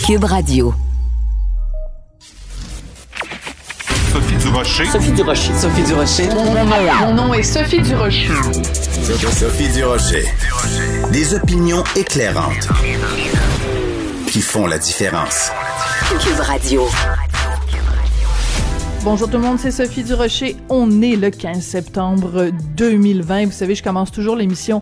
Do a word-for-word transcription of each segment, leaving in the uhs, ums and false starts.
Cube Radio. Sophie Durocher. Sophie Durocher. Sophie Durocher. Mon, mon, nom, mon nom est Sophie Durocher. Sophie Durocher. Des opinions éclairantes qui font la différence. Cube Radio. Bonjour tout le monde, c'est Sophie Durocher. On est le quinze septembre deux mille vingt. Vous savez, je commence toujours l'émission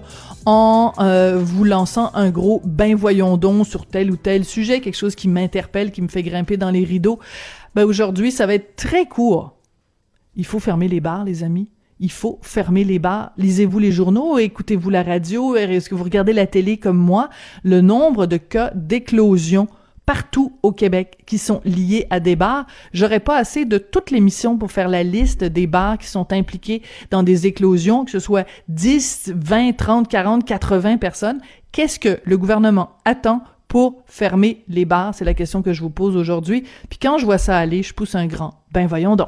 en euh, vous lançant un gros « ben voyons donc » sur tel ou tel sujet, quelque chose qui m'interpelle, qui me fait grimper dans les rideaux. Ben aujourd'hui, ça va être très court. Il faut fermer les bars, les amis. Il faut fermer les bars. Lisez-vous les journaux, écoutez-vous la radio, est-ce que vous regardez la télé comme moi? Le nombre de cas d'éclosion partout au Québec qui sont liés à des bars. J'aurais pas assez de toute l'émission pour faire la liste des bars qui sont impliqués dans des éclosions, que ce soit dix, vingt, trente, quarante, quatre-vingts personnes. Qu'est-ce que le gouvernement attend pour fermer les bars? C'est la question que je vous pose aujourd'hui. Puis quand je vois ça aller, je pousse un grand « ben voyons donc ».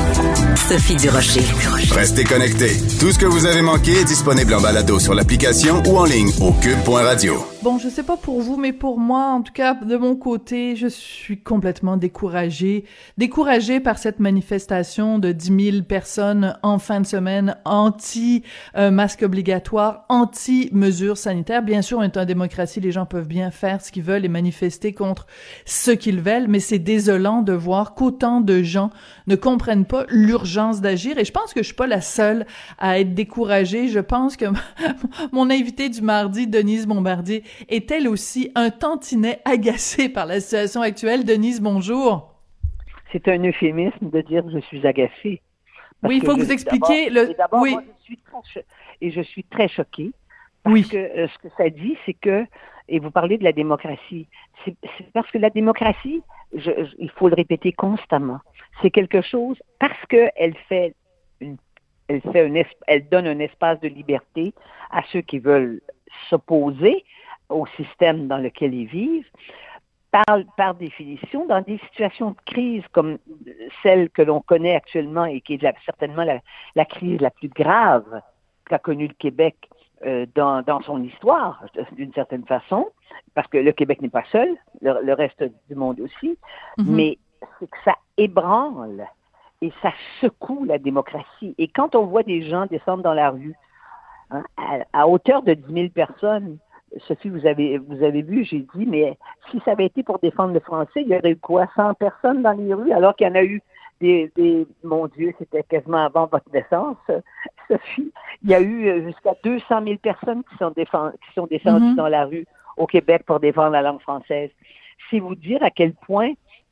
Sophie Durocher. Restez connectés. Tout ce que vous avez manqué est disponible en balado sur l'application ou en ligne au cube point radio. Bon, je sais pas pour vous, mais pour moi, en tout cas, de mon côté, je suis complètement découragée. Découragée par cette manifestation de dix mille personnes en fin de semaine, anti-masque euh, obligatoire, anti-mesures sanitaires. Bien sûr, on est en démocratie, les gens peuvent bien faire ce qu'ils veulent et manifester contre ce qu'ils veulent, mais c'est désolant de voir qu'autant de gens ne comprennent pas l'urgence d'agir. Et je pense que je suis pas la seule à être découragée. Je pense que mon invitée du mardi, Denise Bombardier, est elle aussi un tantinet agacée par la situation actuelle. Denise, bonjour. C'est un euphémisme de dire que je suis agacée. Oui, il faut que vous expliquiez le... Et d'abord, oui. moi, je suis très cho... et je suis très choquée parce oui. que euh, ce que ça dit, c'est que, et vous parlez de la démocratie, c'est, c'est parce que la démocratie, je, je, il faut le répéter constamment, c'est quelque chose, parce qu'elle fait une, elle fait un, elle donne un espace de liberté à ceux qui veulent s'opposer au système dans lequel ils vivent, par, par définition, dans des situations de crise comme celle que l'on connaît actuellement et qui est la, certainement la, la crise la plus grave qu'a connue le Québec euh, dans, dans son histoire, d'une certaine façon, parce que le Québec n'est pas seul, le, le reste du monde aussi, mm-hmm. mais c'est que ça ébranle et ça secoue la démocratie. Et quand on voit des gens descendre dans la rue, hein, à, à hauteur de dix mille personnes, Sophie, vous avez, vous avez vu, j'ai dit, mais si ça avait été pour défendre le français, il y aurait eu quoi, cent personnes dans les rues, alors qu'il y en a eu des, des mon Dieu, c'était quasiment avant votre naissance, Sophie, il y a eu jusqu'à deux cent mille personnes qui sont, défend, qui sont descendues mm-hmm. dans la rue au Québec pour défendre la langue française. C'est vous dire à quel point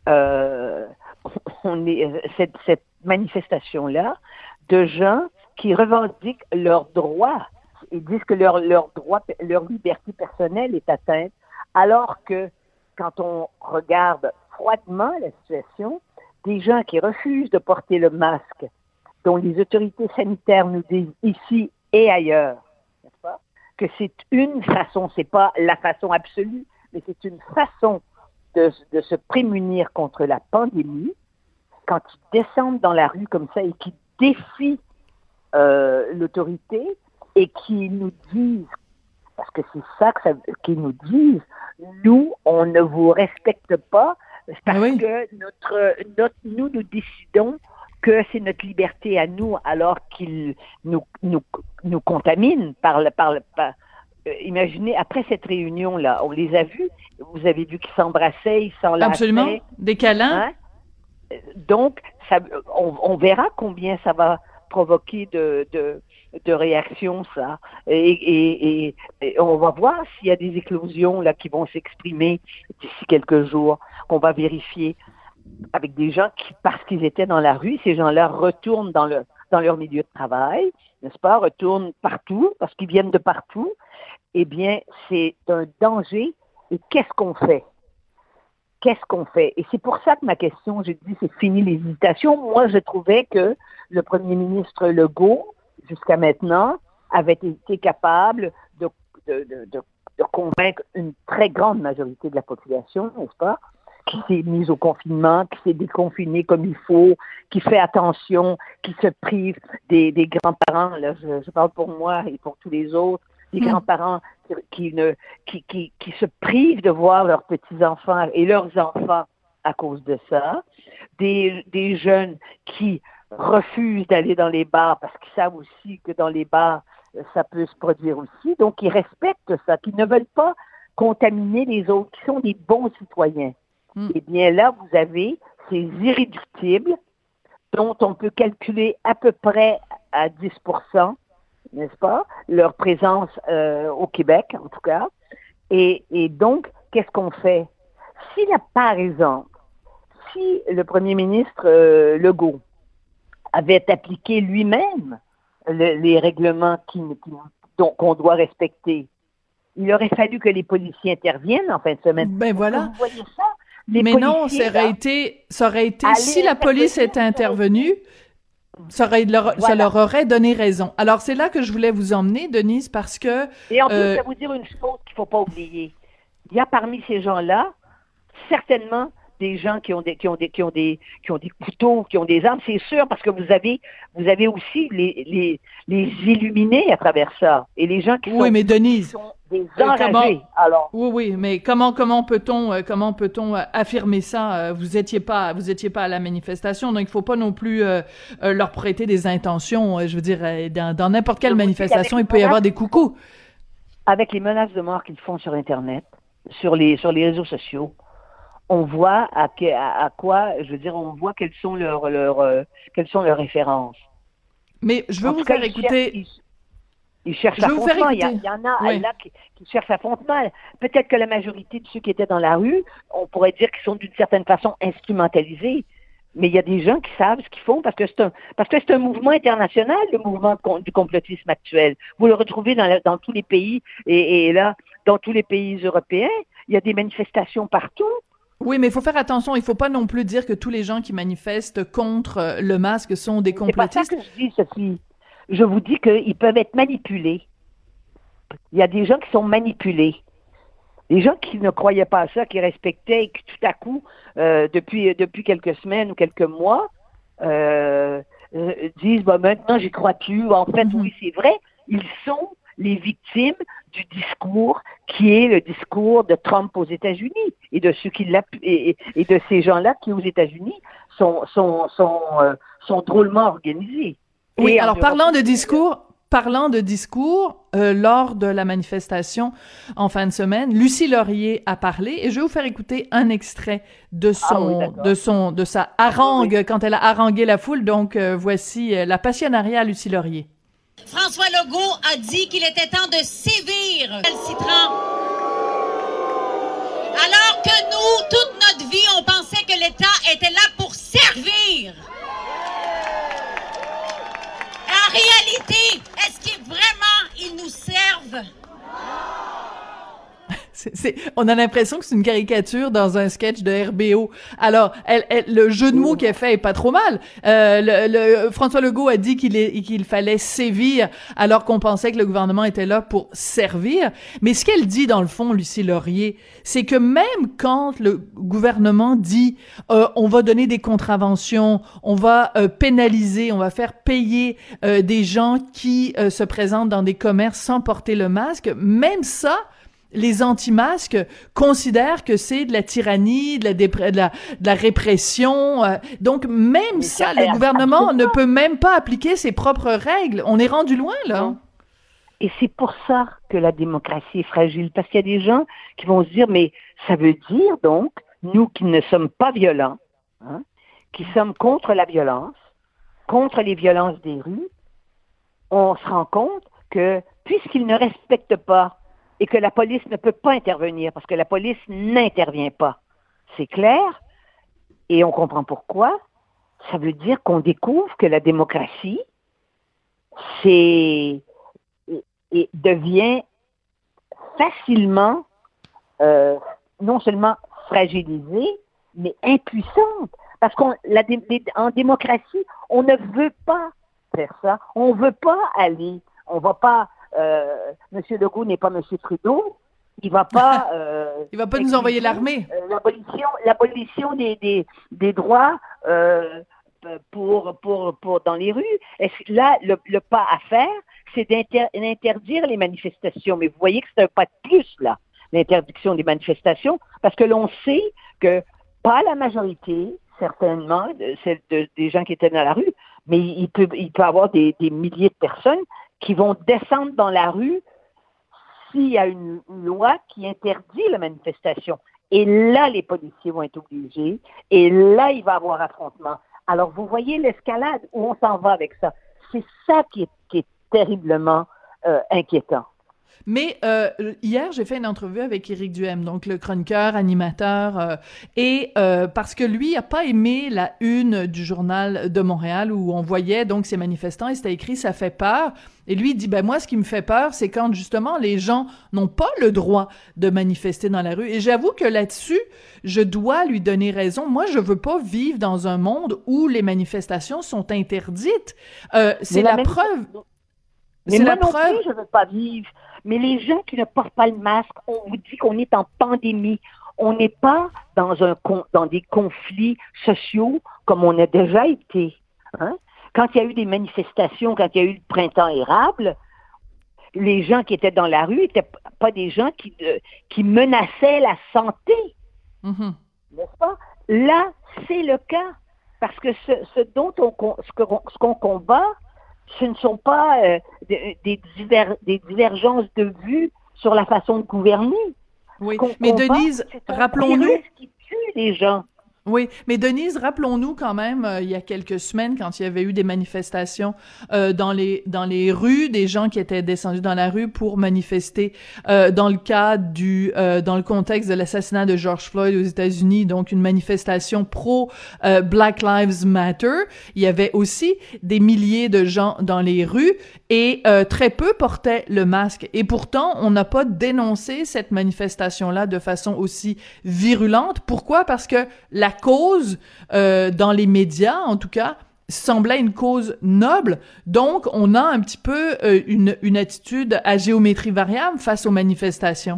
euh, on est, cette, cette manifestation-là de gens qui revendiquent leurs droits. Ils disent que leur, leur droit, leur liberté personnelle est atteinte, alors que quand on regarde froidement la situation, des gens qui refusent de porter le masque, dont les autorités sanitaires nous disent ici et ailleurs, n'est-ce pas, que c'est une façon, c'est pas la façon absolue, mais c'est une façon de, de se prémunir contre la pandémie, quand ils descendent dans la rue comme ça et qui défient euh, l'autorité, et qui nous disent, parce que c'est ça, que ça qu'ils nous disent, nous, on ne vous respecte pas, parce oui. que notre, notre, nous, nous décidons que c'est notre liberté à nous, alors qu'ils nous, nous, nous contaminent par le... Par le par, euh, imaginez, après cette réunion-là, on les a vus, vous avez vu qu'ils s'embrassaient, ils s'enlaçaient. Absolument, des câlins. Hein? Donc, ça, on, on verra combien ça va provoquer de... de de réaction, ça. Et, et, et, et on va voir s'il y a des éclosions là qui vont s'exprimer d'ici quelques jours, qu'on va vérifier avec des gens qui, parce qu'ils étaient dans la rue, ces gens-là retournent dans, le, dans leur milieu de travail, n'est-ce pas, retournent partout, parce qu'ils viennent de partout. Eh bien, c'est un danger. Et qu'est-ce qu'on fait? Qu'est-ce qu'on fait? Et c'est pour ça que ma question, j'ai dit, c'est fini les hésitations. Moi, je trouvais que le premier ministre Legault, jusqu'à maintenant, avait été capable de, de, de, de, de convaincre une très grande majorité de la population, n'est-ce pas, qui s'est mise au confinement, qui s'est déconfinée comme il faut, qui fait attention, qui se prive des, des grands-parents. Là, je, je parle pour moi et pour tous les autres, des mmh. grands-parents qui, qui, ne, qui, qui, qui se privent de voir leurs petits-enfants et leurs enfants à cause de ça, des, des jeunes qui refusent d'aller dans les bars parce qu'ils savent aussi que dans les bars, ça peut se produire aussi. Donc, ils respectent ça, qu'ils ne veulent pas contaminer les autres, qui sont des bons citoyens. Mm. Eh bien, là, vous avez ces irréductibles dont on peut calculer à peu près à dix pour cent, n'est-ce pas, leur présence euh, au Québec, en tout cas. Et, et donc, qu'est-ce qu'on fait? Si, là, par exemple, si le premier ministre euh, Legault avait appliqué lui-même le, les règlements qui, qui, dont, qu'on doit respecter, il aurait fallu que les policiers interviennent en fin de semaine. Ben voilà. Vous voyez ça? Les Mais non, ça aurait là, été, ça aurait été, si la police était intervenue, ça, aurait, leur, voilà. ça leur aurait donné raison. Alors, c'est là que je voulais vous emmener, Denise, parce que... Et en plus, euh, je vais vous dire une chose qu'il ne faut pas oublier. Il y a parmi ces gens-là, certainement, des gens qui ont des, qui ont des, qui ont des, qui ont des couteaux, qui ont des armes, c'est sûr, parce que vous avez, vous avez aussi les, les, les illuminés à travers ça. Et les gens qui oui, sont, mais Denise, qui sont des enragés. Comment, alors. Oui, oui, mais comment, comment peut-on, euh, comment peut-on euh, affirmer ça? Euh, vous étiez pas, vous étiez pas à la manifestation, donc il faut pas non plus euh, euh, leur prêter des intentions. Euh, je veux dire, euh, dans, dans n'importe quelle manifestation, il peut y avoir des coucous. Avec les menaces de mort qu'ils font sur Internet, sur les, sur les réseaux sociaux, on voit à, à, à quoi, je veux dire, on voit quelles sont leurs, leurs, euh, quelles sont leurs références. Mais je veux en vous faire cas, écouter. Ils cherchent, ils, ils cherchent affrontement. Il y, il y en a oui. là qui, qui cherchent affrontement. Peut-être que la majorité de ceux qui étaient dans la rue, on pourrait dire qu'ils sont d'une certaine façon instrumentalisés. Mais il y a des gens qui savent ce qu'ils font parce que c'est un, parce que c'est un mouvement international, le mouvement du complotisme actuel. Vous le retrouvez dans, la, dans tous les pays et, et là, dans tous les pays européens, il y a des manifestations partout. Oui, mais il faut faire attention. Il faut pas non plus dire que tous les gens qui manifestent contre le masque sont des complotistes. C'est pas ça que je dis, Sophie. Je vous dis qu'ils peuvent être manipulés. Il y a des gens qui sont manipulés. Les gens qui ne croyaient pas à ça, qui respectaient et qui tout à coup, euh, depuis depuis quelques semaines ou quelques mois, euh, euh, disent bah, « maintenant, j'y crois plus ». En fait, mm-hmm. oui, c'est vrai. Ils sont les victimes du discours qui est le discours de Trump aux États-Unis et de ceux qui et, et de ces gens-là qui aux États-Unis sont sont sont euh, sont drôlement organisés. Oui, et alors parlant de discours, parlant de discours, euh, lors de la manifestation en fin de semaine, Lucie Laurier a parlé et je vais vous faire écouter un extrait de son ah oui, de son de sa harangue oui. quand elle a harangué la foule. Donc euh, voici euh, la passionnariat Lucie Laurier. François Legault a dit qu'il était temps de sévir Calcitran. Alors que nous, toute notre vie, on pensait que l'État était là pour servir. En réalité, est-ce qu'ils vraiment, ils nous servent? C'est, c'est, on a l'impression que c'est une caricature dans un sketch de R B O. Alors, elle, elle, le jeu de mots qu'elle fait est pas trop mal. Euh, le, le, François Legault a dit qu'il, est, qu'il fallait sévir alors qu'on pensait que le gouvernement était là pour servir. Mais ce qu'elle dit dans le fond, Lucie Laurier, c'est que même quand le gouvernement dit euh, on va donner des contraventions, on va euh, pénaliser, on va faire payer euh, des gens qui euh, se présentent dans des commerces sans porter le masque, même ça, les anti-masques considèrent que c'est de la tyrannie, de la, dépr- de la, de la répression. Euh, donc, même Mais ça, le gouvernement absolument. ne peut même pas appliquer ses propres règles. On est rendu loin, là. Non. Et c'est pour ça que la démocratie est fragile. Parce qu'il y a des gens qui vont se dire, mais ça veut dire, donc, nous qui ne sommes pas violents, hein, qui sommes contre la violence, contre les violences des rues, on se rend compte que, puisqu'ils ne respectent pas et que la police ne peut pas intervenir parce que la police n'intervient pas. C'est clair? Et on comprend pourquoi. Ça veut dire qu'on découvre que la démocratie, c'est et devient facilement euh, non seulement fragilisée, mais impuissante. Parce qu'en démocratie, on ne veut pas faire ça. On ne veut pas aller. On ne va pas... Euh, Monsieur Legault n'est pas Monsieur Trudeau. Il va pas. Euh, il va pas nous envoyer l'armée. Euh, l'abolition, l'abolition des, des, des droits euh, pour, pour, pour dans les rues. Est-ce, là, le, le pas à faire, c'est d'inter- d'interdire les manifestations. Mais vous voyez que c'est un pas de plus, là, l'interdiction des manifestations, parce que l'on sait que pas la majorité, certainement, c'est de, des gens qui étaient dans la rue, mais il peut il peut y avoir des, des milliers de personnes qui vont descendre dans la rue s'il y a une, une loi qui interdit la manifestation. Et là, les policiers vont être obligés, et là, il va y avoir affrontement. Alors, vous voyez l'escalade, où on s'en va avec ça. C'est ça qui est, qui est terriblement euh, inquiétant. Mais euh, hier, j'ai fait une entrevue avec Éric Duhem, donc le chroniqueur, animateur, euh, et euh, parce que lui a pas aimé la une du Journal de Montréal où on voyait donc ces manifestants et c'était écrit « ça fait peur ». Et lui, il dit, ben moi, ce qui me fait peur, c'est quand justement les gens n'ont pas le droit de manifester dans la rue. Et j'avoue que là-dessus, je dois lui donner raison. Moi, je veux pas vivre dans un monde où les manifestations sont interdites. Euh, c'est la, la preuve. Mais moi non plus, je veux pas vivre. Mais les gens qui ne portent pas le masque, on vous dit qu'on est en pandémie. On n'est pas dans un dans des conflits sociaux comme on a déjà été. Hein? Quand il y a eu des manifestations, quand il y a eu le printemps érable, les gens qui étaient dans la rue n'étaient pas des gens qui, de, qui menaçaient la santé. Mm-hmm. N'est-ce pas? Là, c'est le cas. Parce que ce, ce dont on, ce, que, ce qu'on combat, ce ne sont pas euh, des, des, diver, des divergences de vues sur la façon de gouverner. Oui, mais combat, Denise, rappelons-nous... qui tue les gens. Oui, mais Denise, rappelons-nous quand même, euh, il y a quelques semaines, quand il y avait eu des manifestations euh, dans les dans les rues, des gens qui étaient descendus dans la rue pour manifester euh, dans le cadre du euh, dans le contexte de l'assassinat de George Floyd aux États-Unis, donc une manifestation pro euh, Black Lives Matter. Il y avait aussi des milliers de gens dans les rues et euh, très peu portaient le masque. Et pourtant, on n'a pas dénoncé cette manifestation-là de façon aussi virulente. Pourquoi? Parce que la cause, euh, dans les médias, en tout cas, semblait une cause noble. Donc, on a un petit peu euh, une, une attitude à géométrie variable face aux manifestations.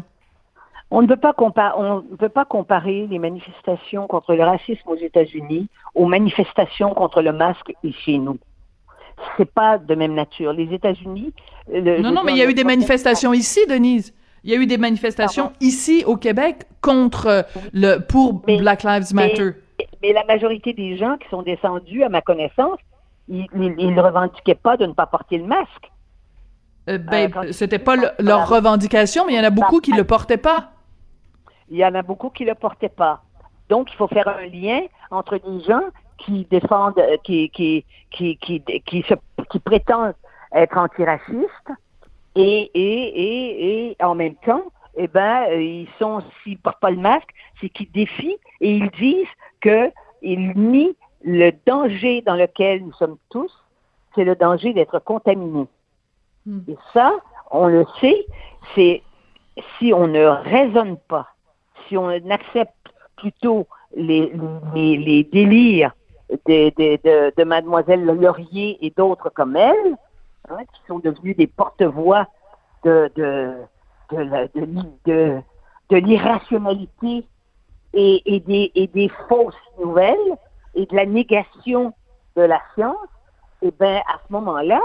On ne veut pas comparer, on ne veut pas comparer les manifestations contre le racisme aux États-Unis aux manifestations contre le masque chez nous. C'est pas de même nature. Les États-Unis... Le, non, non, mais il y a eu des manifestations ici, Denise. Il y a eu des manifestations Pardon? ici au Québec contre le pour mais, Black Lives Matter. Mais, mais la majorité des gens qui sont descendus, à ma connaissance, ils ne revendiquaient pas de ne pas porter le masque. Euh, ben, euh, c'était pas le, leur revendication, mais il y en a beaucoup qui le portaient pas. Il y en a beaucoup qui le portaient pas. Donc, il faut faire un lien entre les gens qui défendent, qui qui qui qui qui, qui, se, qui prétendent être antiracistes. Et, et, et, et en même temps, eh ben, ils sont, s'ils portent pas le masque, c'est qu'ils défient et ils disent qu'ils nient le danger dans lequel nous sommes tous, c'est le danger d'être contaminés. Mm. Et ça, on le sait, c'est si on ne raisonne pas, si on accepte plutôt les, les, les délires de, de, de, de Mademoiselle Laurier et d'autres comme elle, Hein, qui sont devenus des porte-voix de, de, de, de, de, de, de l'irrationalité et, et, des, et des fausses nouvelles et de la négation de la science, eh bien, à ce moment-là,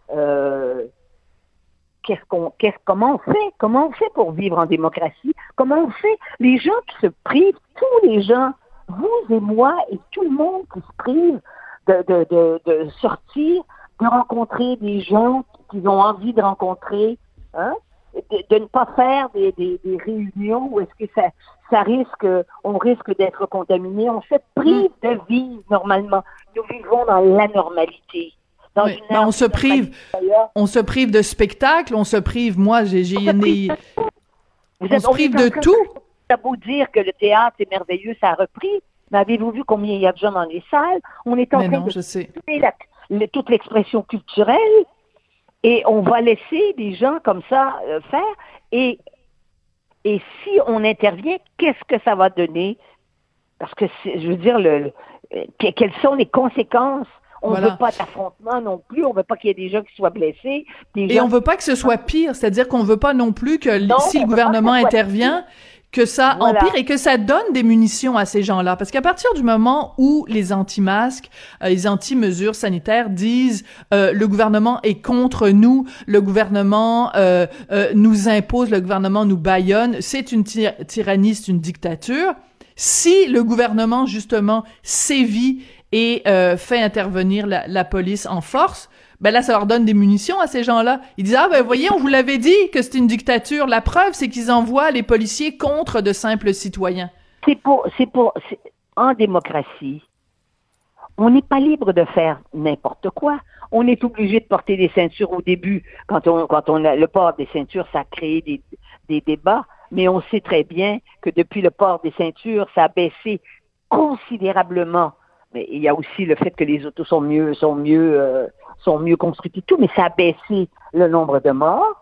euh, qu'est-ce qu'on, qu'est-ce, comment on fait? Comment on fait pour vivre en démocratie? Comment on fait? Les gens qui se privent, tous les gens, vous et moi et tout le monde qui se prive de, de, de, de sortir, de rencontrer des gens qu'ils ont envie de rencontrer, hein, de, de ne pas faire des, des, des réunions où est-ce que ça, ça risque, on risque d'être contaminé. On se prive de vivre normalement. Nous vivons dans l'anormalité. Dans oui, une on se prive, on se prive de spectacles, on se prive, moi, j'ai, j'ai une... On se prive de tout. Ça beau dire que le théâtre est merveilleux, ça a repris, mais avez-vous vu combien il y a de gens dans les salles? On est en mais train non, de... je sais. La, le, toute l'expression culturelle, et on va laisser des gens comme ça euh, faire, et, et si on intervient, qu'est-ce que ça va donner? Parce que, c'est, je veux dire, le, le, quelles sont les conséquences? On ne voilà. veut pas d'affrontement non plus, on ne veut pas qu'il y ait des gens qui soient blessés. Des et gens on ne veut pas que ce soit pire, c'est-à-dire qu'on ne veut pas non plus que non, si le gouvernement intervient, que ça Voilà. empire et que ça donne des munitions à ces gens-là. Parce qu'à partir du moment où les anti-masques, euh, les anti-mesures sanitaires disent euh, le gouvernement est contre nous, le gouvernement euh, euh, nous impose, le gouvernement nous bâillonne, c'est une ty- tyrannie, c'est une dictature. Si le gouvernement, justement, sévit et euh, fait intervenir la, la police en force, ben là, ça leur donne des munitions à ces gens-là. Ils disent « Ah, ben voyez, on vous l'avait dit que c'était une dictature. La preuve, c'est qu'ils envoient les policiers contre de simples citoyens. » C'est pour, c'est pour, c'est, en démocratie, on n'est pas libre de faire n'importe quoi. On est obligé de porter des ceintures au début. Quand on, quand on a le port des ceintures, ça a créé des, des débats. Mais on sait très bien que depuis le port des ceintures, ça a baissé considérablement. Mais il y a aussi le fait que les autos sont mieux, sont mieux, euh, sont mieux construites et tout, mais ça a baissé le nombre de morts.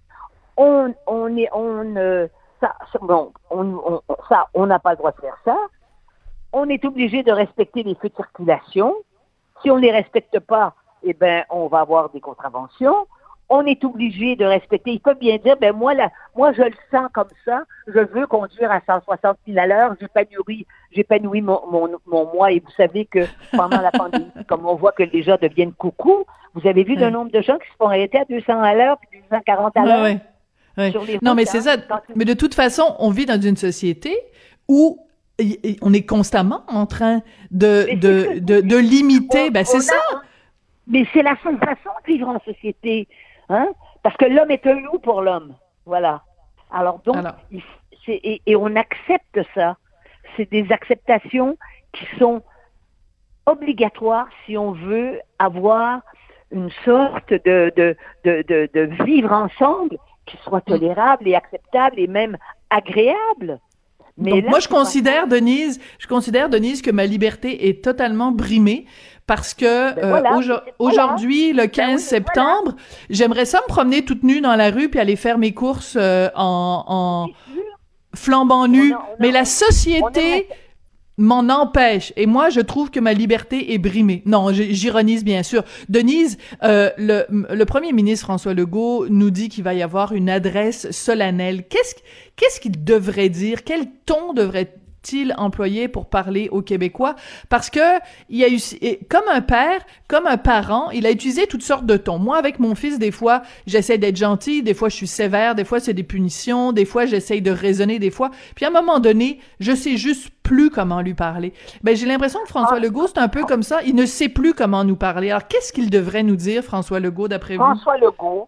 On, on est, on, euh, ça, bon, on, on, ça, on n'a pas le droit de faire ça. On est obligé de respecter les feux de circulation. Si on ne les respecte pas, eh ben, on va avoir des contraventions. On est obligé de respecter. Il peut bien dire, ben moi, là, moi, je le sens comme ça. Je veux conduire à cent soixante mille à l'heure. J'épanouis, j'épanouis mon, mon, mon moi. Et vous savez que pendant la pandémie, comme on voit que les gens deviennent coucou, vous avez vu oui. le nombre de gens qui se font arrêter à deux cents à l'heure puis deux cent quarante à l'heure. Oui, oui. Oui. Non, mais c'est ça. Mais de toute façon, on vit dans une société où on est constamment en train de, de, de, de limiter. On, ben, c'est ça. A, mais c'est la seule façon de vivre en société. Hein? Parce que l'homme est un loup pour l'homme. Voilà. Alors donc, Alors. Il, c'est, et, et on accepte ça. C'est des acceptations qui sont obligatoires si on veut avoir une sorte de, de, de, de, de vivre ensemble qui soit tolérable et acceptable et même agréable. Mais donc, là, moi, je considère, pas... Denise, je considère, Denise, que ma liberté est totalement brimée parce que ben voilà, euh, au- voilà. aujourd'hui, le quinze ben oui, septembre, voilà. j'aimerais ça me promener toute nue dans la rue puis aller faire mes courses euh, en, en flambant nue. Mais la société m'en empêche. Et moi, je trouve que ma liberté est brimée. Non, j'ironise bien sûr. Denise, euh, le, le premier ministre François Legault nous dit qu'il va y avoir une adresse solennelle. Qu'est-ce, qu'est-ce qu'il devrait dire? Quel ton devrait-il employer pour parler aux Québécois? Parce que il y a eu, comme un père, comme un parent, il a utilisé toutes sortes de tons. Moi, avec mon fils, des fois, j'essaie d'être gentille, des fois, je suis sévère, des fois, c'est des punitions, des fois, j'essaie de raisonner, des fois. Puis à un moment donné, je sais juste plus comment lui parler. Ben, j'ai l'impression que François Legault, c'est un peu comme ça. Il ne sait plus comment nous parler. Alors, qu'est-ce qu'il devrait nous dire, François Legault, d'après vous? François Legault,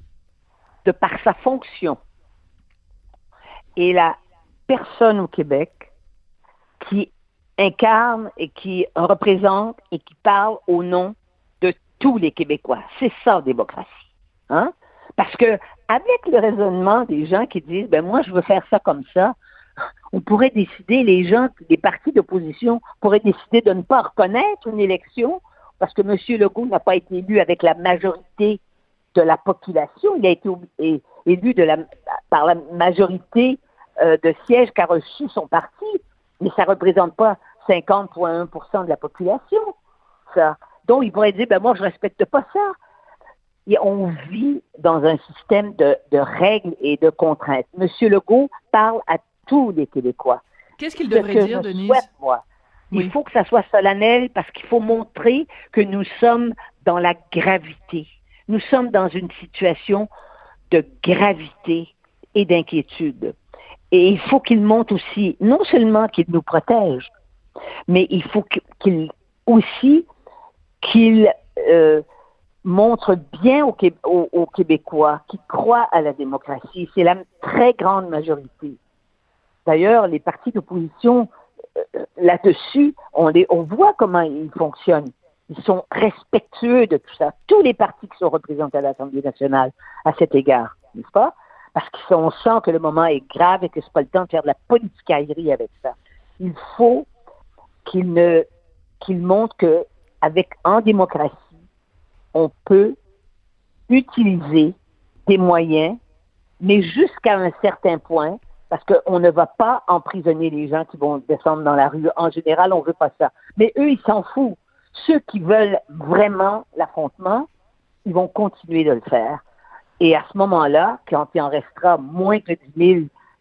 de par sa fonction, est la personne au Québec qui incarne et qui représente et qui parle au nom de tous les Québécois. C'est ça, démocratie. Hein? Parce que, avec le raisonnement des gens qui disent, ben moi, je veux faire ça comme ça, on pourrait décider, les gens, les partis d'opposition pourraient décider de ne pas reconnaître une élection parce que M. Legault n'a pas été élu avec la majorité de la population. Il a été élu de la, par la majorité euh, de sièges qu'a reçu son parti, mais ça ne représente pas cinquante virgule un pour cent de la population. Ça. Donc, il pourrait dire, ben moi, je ne respecte pas ça. Et on vit dans un système de, de règles et de contraintes. M. Legault parle à tous les Québécois. Qu'est-ce qu'il devrait Ce que dire, je Denise? Souhaite, moi. Oui. Il faut que ça soit solennel parce qu'il faut montrer que nous sommes dans la gravité. Nous sommes dans une situation de gravité et d'inquiétude. Et il faut qu'il montre aussi, non seulement qu'il nous protège, mais il faut qu'il aussi qu'il euh, montre bien aux, aux, aux Québécois qui croient à la démocratie. C'est la très grande majorité. D'ailleurs, les partis d'opposition, euh, là-dessus, on, les, on voit comment ils fonctionnent. Ils sont respectueux de tout ça. Tous les partis qui sont représentés à l'Assemblée nationale, à cet égard, n'est-ce pas? Parce qu'on sent que le moment est grave et que c'est pas le temps de faire de la politicaillerie avec ça. Il faut qu'il ne, qu'il montre que, avec, en démocratie, on peut utiliser des moyens, mais jusqu'à un certain point, parce qu'on ne va pas emprisonner les gens qui vont descendre dans la rue. En général, on veut pas ça. Mais eux, ils s'en foutent. Ceux qui veulent vraiment l'affrontement, ils vont continuer de le faire. Et à ce moment-là, quand il en restera moins que dix mille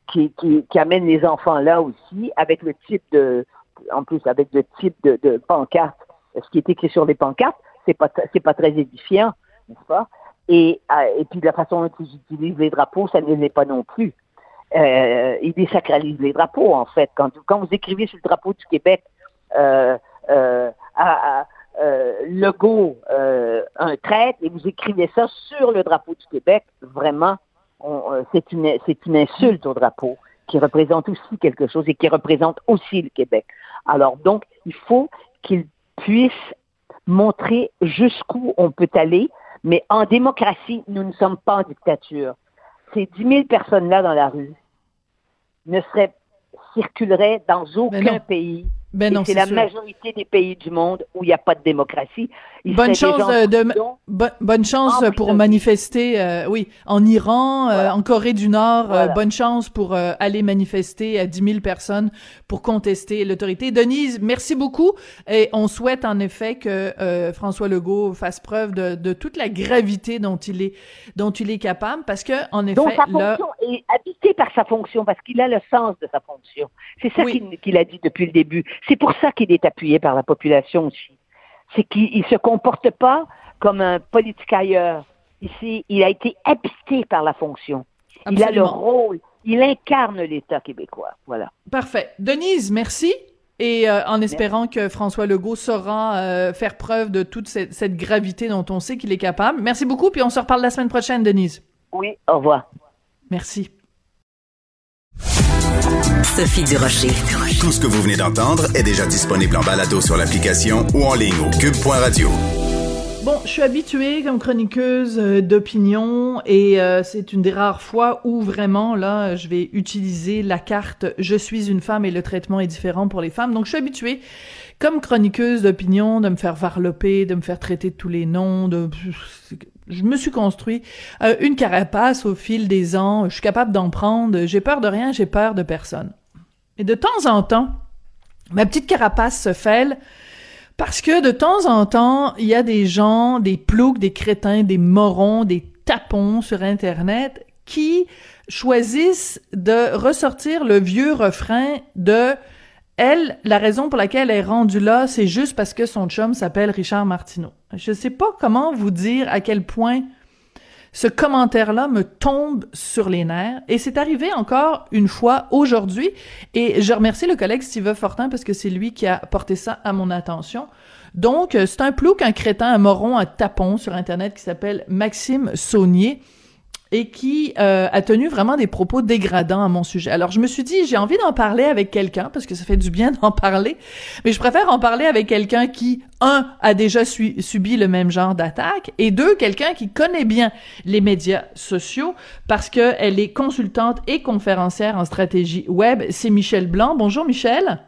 qui, qui, qui amène les enfants là aussi, avec le type de, en plus avec le type de, de pancarte, ce qui est écrit sur les pancartes, c'est pas, c'est pas très édifiant, n'est-ce pas? Et, et puis la façon dont ils utilisent les drapeaux, ça ne l'est pas non plus. Euh, ils désacralisent les drapeaux, en fait. Quand, quand vous écrivez sur le drapeau du Québec, euh, euh, à, à euh, Legault, euh, un traître, et vous écrivez ça sur le drapeau du Québec, vraiment, on, euh, c'est une, c'est une insulte au drapeau, qui représente aussi quelque chose et qui représente aussi le Québec. Alors donc, il faut qu'ils puissent montrer jusqu'où on peut aller, mais en démocratie, nous ne sommes pas en dictature. Ces dix mille personnes-là dans la rue ne seraient, circuleraient dans aucun pays. Ben non, c'est, c'est la sûr. majorité des pays du monde où il n'y a pas de démocratie. Ils bonne chance de, de prison, bo- bonne chance pour manifester, euh, oui, en Iran, voilà. euh, en Corée du Nord. Voilà. Euh, bonne chance pour euh, aller manifester à dix mille personnes pour contester l'autorité. Denise, merci beaucoup. Et on souhaite en effet que euh, François Legault fasse preuve de, de toute la gravité dont il est, dont il est capable, parce que en effet, donc sa là, fonction est habitée par sa fonction, parce qu'il a le sens de sa fonction. C'est ça oui. qu'il, qu'il a dit depuis le début. C'est pour ça qu'il est appuyé par la population aussi. C'est qu'il ne se comporte pas comme un politique ailleurs. Ici, il a été habité par la fonction. Absolument. Il a le rôle, il incarne l'État québécois. Voilà. Parfait. Denise, merci. Et euh, en espérant merci. que François Legault saura euh, faire preuve de toute cette, cette gravité dont on sait qu'il est capable. Merci beaucoup, puis on se reparle la semaine prochaine, Denise. Oui, au revoir. Merci. Sophie Durocher. Tout ce que vous venez d'entendre est déjà disponible en balado sur l'application ou en ligne au cube point radio. Bon, je suis habituée comme chroniqueuse euh, d'opinion et euh, c'est une des rares fois où vraiment, là, je vais utiliser la carte « Je suis une femme et le traitement est différent pour les femmes ». Donc, je suis habituée comme chroniqueuse d'opinion de me faire varloper, de me faire traiter de tous les noms, de... Je me suis construit euh, une carapace au fil des ans. Je suis capable d'en prendre. J'ai peur de rien, j'ai peur de personne. Et de temps en temps, ma petite carapace se fêle parce que de temps en temps, il y a des gens, des ploucs, des crétins, des morons, des tapons sur Internet qui choisissent de ressortir le vieux refrain de « Elle, la raison pour laquelle elle est rendue là, c'est juste parce que son chum s'appelle Richard Martineau. » Je sais pas comment vous dire à quel point ce commentaire-là me tombe sur les nerfs. Et c'est arrivé encore une fois aujourd'hui. Et je remercie le collègue Steve Fortin parce que c'est lui qui a porté ça à mon attention. Donc, c'est un plouc, un crétin, un moron, un tapon sur Internet qui s'appelle Maxime Saunier et qui euh, a tenu vraiment des propos dégradants à mon sujet. Alors, je me suis dit, j'ai envie d'en parler avec quelqu'un, parce que ça fait du bien d'en parler, mais je préfère en parler avec quelqu'un qui, un, a déjà su- subi le même genre d'attaque, et deux, quelqu'un qui connaît bien les médias sociaux, parce qu'elle est consultante et conférencière en stratégie web. C'est Michel Blanc. Bonjour, Michel.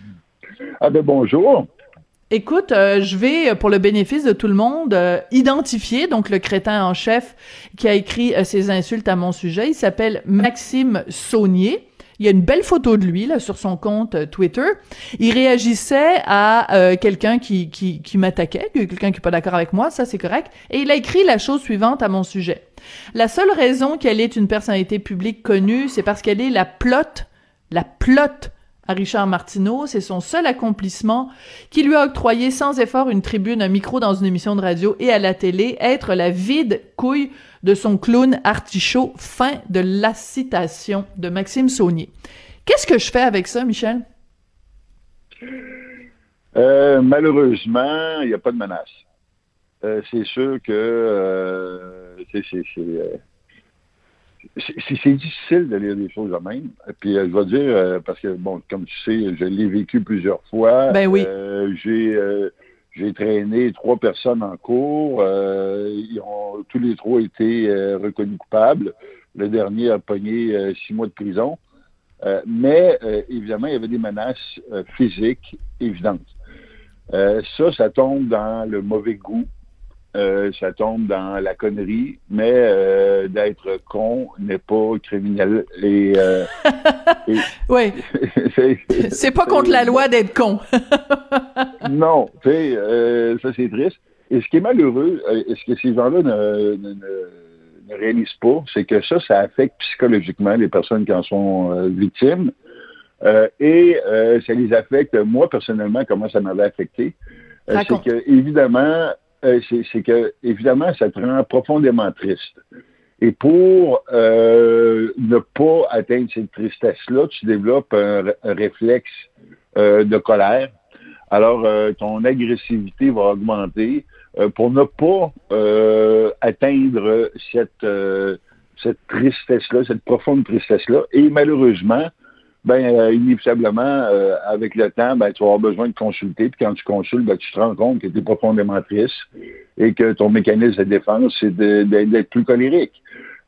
Ah ben bonjour. Écoute, euh, je vais, pour le bénéfice de tout le monde, euh, identifier donc le crétin en chef qui a écrit euh, ces insultes à mon sujet. Il s'appelle Maxime Saunier. Il y a une belle photo de lui là sur son compte euh, Twitter. Il réagissait à euh, quelqu'un qui qui qui m'attaquait, quelqu'un qui est pas d'accord avec moi, ça c'est correct. Et il a écrit la chose suivante à mon sujet. La seule raison qu'elle est une personnalité publique connue, c'est parce qu'elle est la plotte, la plotte à Richard Martineau. C'est son seul accomplissement qui lui a octroyé sans effort une tribune, un micro dans une émission de radio et à la télé, être la vide couille de son clown artichaut. Fin de la citation de Maxime Saunier. Qu'est-ce que je fais avec ça, Michel? Euh, malheureusement, il n'y a pas de menace. Euh, c'est sûr que euh, c'est, c'est, c'est, euh, c'est, c'est difficile de lire des choses de même. Puis euh, je vais dire, euh, parce que, bon, comme tu sais, je l'ai vécu plusieurs fois. Ben oui. Euh, j'ai, euh, j'ai traîné trois personnes en cours. Euh, ils ont tous les trois été euh, reconnus coupables. Le dernier a pogné euh, six mois de prison. Euh, mais, euh, évidemment, il y avait des menaces euh, physiques évidentes. Euh, ça, ça tombe dans le mauvais goût. Euh, ça tombe dans la connerie, mais euh, d'être con n'est pas criminel. Et, euh, et oui. c'est, c'est pas contre la loi d'être con. Non, tu sais, euh, ça c'est triste. Et ce qui est malheureux, est-ce que ces gens-là ne, ne, ne, ne réalisent pas, c'est que ça, ça affecte psychologiquement les personnes qui en sont euh, victimes. Euh, et euh, ça les affecte, moi, personnellement, comment ça m'avait affecté. Euh, c'est que, évidemment, euh, c'est, c'est que, évidemment, ça te rend profondément triste. Et pour euh, ne pas atteindre cette tristesse-là, tu développes un, un réflexe euh, de colère. Alors, euh, ton agressivité va augmenter euh, pour ne pas euh, atteindre cette, euh, cette tristesse-là, cette profonde tristesse-là. Et malheureusement, ben euh, inévitablement, euh, avec le temps, ben tu vas avoir besoin de consulter. Puis quand tu consultes, ben tu te rends compte que tu es profondément triste et que ton mécanisme de défense, c'est de, de, d'être plus colérique.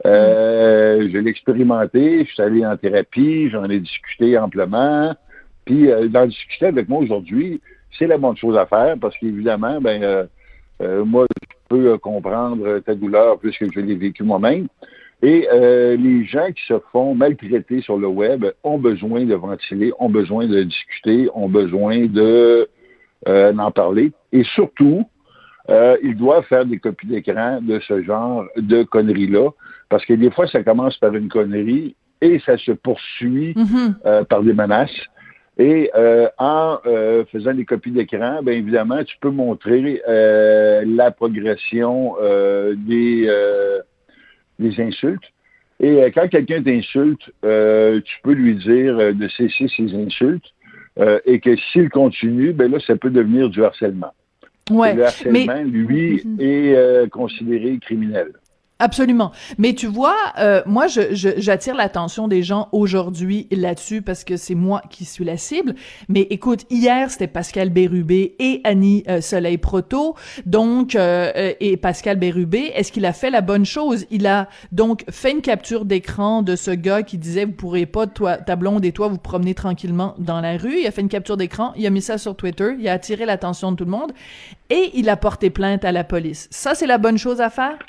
Euh, je l'ai expérimenté, je suis allé en thérapie, j'en ai discuté amplement. Puis euh, d'en discuter avec moi aujourd'hui, c'est la bonne chose à faire parce qu'évidemment, ben euh, euh, moi, je peux euh, comprendre ta douleur puisque je l'ai vécu moi-même. Et euh, les gens qui se font maltraiter sur le web ont besoin de ventiler, ont besoin de discuter, ont besoin de euh, d'en parler. Et surtout, euh, ils doivent faire des copies d'écran de ce genre de conneries-là, parce que des fois, ça commence par une connerie et ça se poursuit mm-hmm. euh, par des menaces. Et euh, en euh, faisant des copies d'écran, bien évidemment, tu peux montrer euh, la progression euh, des... Euh, des insultes. Et euh, quand quelqu'un t'insulte, euh, tu peux lui dire euh, de cesser ses insultes euh, et que s'il continue, ben là, ça peut devenir du harcèlement. Ouais, le harcèlement, mais... lui, mm-hmm. est euh, considéré criminel. Absolument. Mais tu vois, euh, moi, je, je, j'attire l'attention des gens aujourd'hui là-dessus parce que c'est moi qui suis la cible. Mais écoute, hier, c'était Pascal Bérubé et Annie euh, Soleil-Proto, donc euh, et Pascal Bérubé. Est-ce qu'il a fait la bonne chose? Il a donc fait une capture d'écran de ce gars qui disait « Vous pourrez pas, toi, ta blonde et toi, vous promener tranquillement dans la rue. » Il a fait une capture d'écran, il a mis ça sur Twitter, il a attiré l'attention de tout le monde et il a porté plainte à la police. Ça, c'est la bonne chose à faire?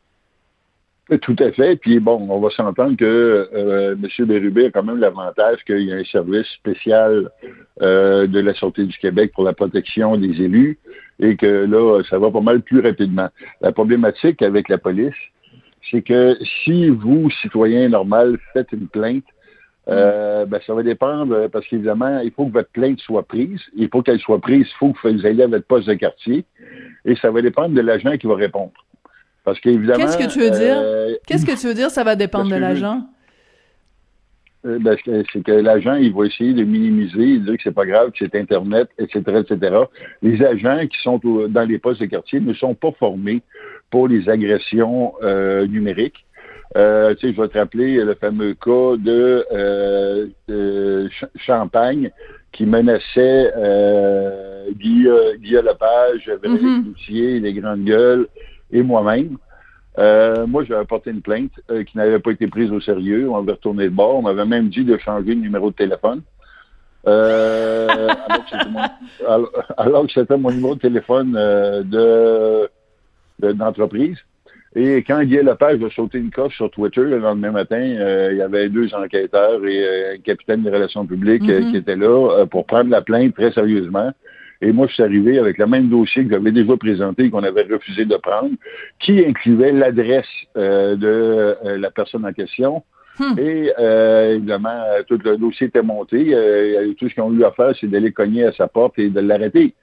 Tout à fait. Puis bon, on va s'entendre que euh, M. Bérubé a quand même l'avantage qu'il y a un service spécial euh, de la Sûreté du Québec pour la protection des élus et que là, ça va pas mal plus rapidement. La problématique avec la police, c'est que si vous, citoyen normal, faites une plainte, euh, ben, ça va dépendre, parce qu'évidemment, il faut que votre plainte soit prise. Il faut qu'elle soit prise, il faut que vous ayez à votre poste de quartier et ça va dépendre de l'agent qui va répondre. Parce qu'évidemment... Qu'est-ce que tu veux dire? Euh, Qu'est-ce que tu veux dire, ça va dépendre de l'agent? Euh, ben, c'est que l'agent, il va essayer de minimiser, de dire que c'est pas grave, que c'est Internet, et cetera, et cetera. Les agents qui sont au, dans les postes de quartier ne sont pas formés pour les agressions euh, numériques. Euh, tu sais, je vais te rappeler le fameux cas de, euh, de Ch- Champagne qui menaçait euh, Guy, Guy Lepage, Véronique mm-hmm. Cloutier, les Grandes Gueules, et moi-même. Euh, moi, j'avais porté une plainte euh, qui n'avait pas été prise au sérieux. On avait retourné le bord. On m'avait même dit de changer de numéro de téléphone. Euh, alors, que c'était mon, alors, alors que c'était mon numéro de téléphone euh, de, de, d'entreprise. Et quand Guy Lepage a sauté une coche sur Twitter le lendemain matin, euh, il y avait deux enquêteurs et euh, un capitaine des relations publiques mm-hmm. euh, qui étaient là euh, pour prendre la plainte très sérieusement. Et moi, je suis arrivé avec le même dossier que j'avais déjà présenté et qu'on avait refusé de prendre, qui incluait l'adresse euh, de euh, la personne en question. Hmm. Et euh, évidemment, tout le dossier était monté. Euh, tout ce qu'ils ont eu à faire, c'est d'aller cogner à sa porte et de l'arrêter.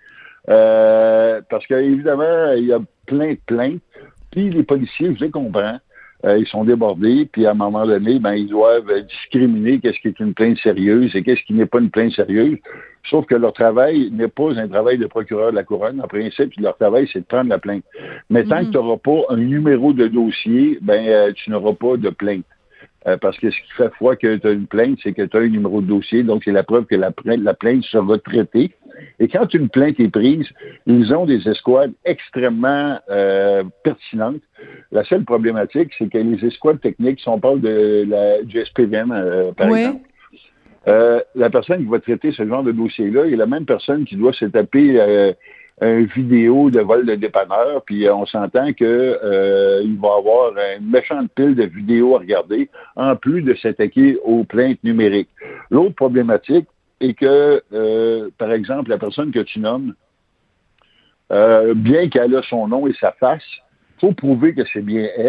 Euh, parce qu'évidemment, il y a plein de plaintes. Puis les policiers, je les comprends. Euh, ils sont débordés, puis à un moment donné, ben ils doivent discriminer qu'est-ce qui est une plainte sérieuse et qu'est-ce qui n'est pas une plainte sérieuse. Sauf que leur travail n'est pas un travail de procureur de la couronne. En principe, leur travail, c'est de prendre la plainte. Mais tant mm-hmm. que tu n'auras pas un numéro de dossier, ben euh, tu n'auras pas de plainte. Euh, parce que ce qui fait foi que tu as une plainte, c'est que tu as un numéro de dossier, donc c'est la preuve que la, la plainte sera traitée. Et quand une plainte est prise, ils ont des escouades extrêmement euh, pertinentes. La seule problématique, c'est que les escouades techniques, si on parle de la, du S P V M, euh, par oui. exemple, euh, la personne qui va traiter ce genre de dossier-là est la même personne qui doit se taper euh, une vidéo de vol de dépanneur, puis on s'entend que euh, il va avoir une méchante pile de vidéos à regarder, en plus de s'attaquer aux plaintes numériques. L'autre problématique est que, euh, par exemple, la personne que tu nommes, euh, bien qu'elle a son nom et sa face, il faut prouver que c'est bien elle,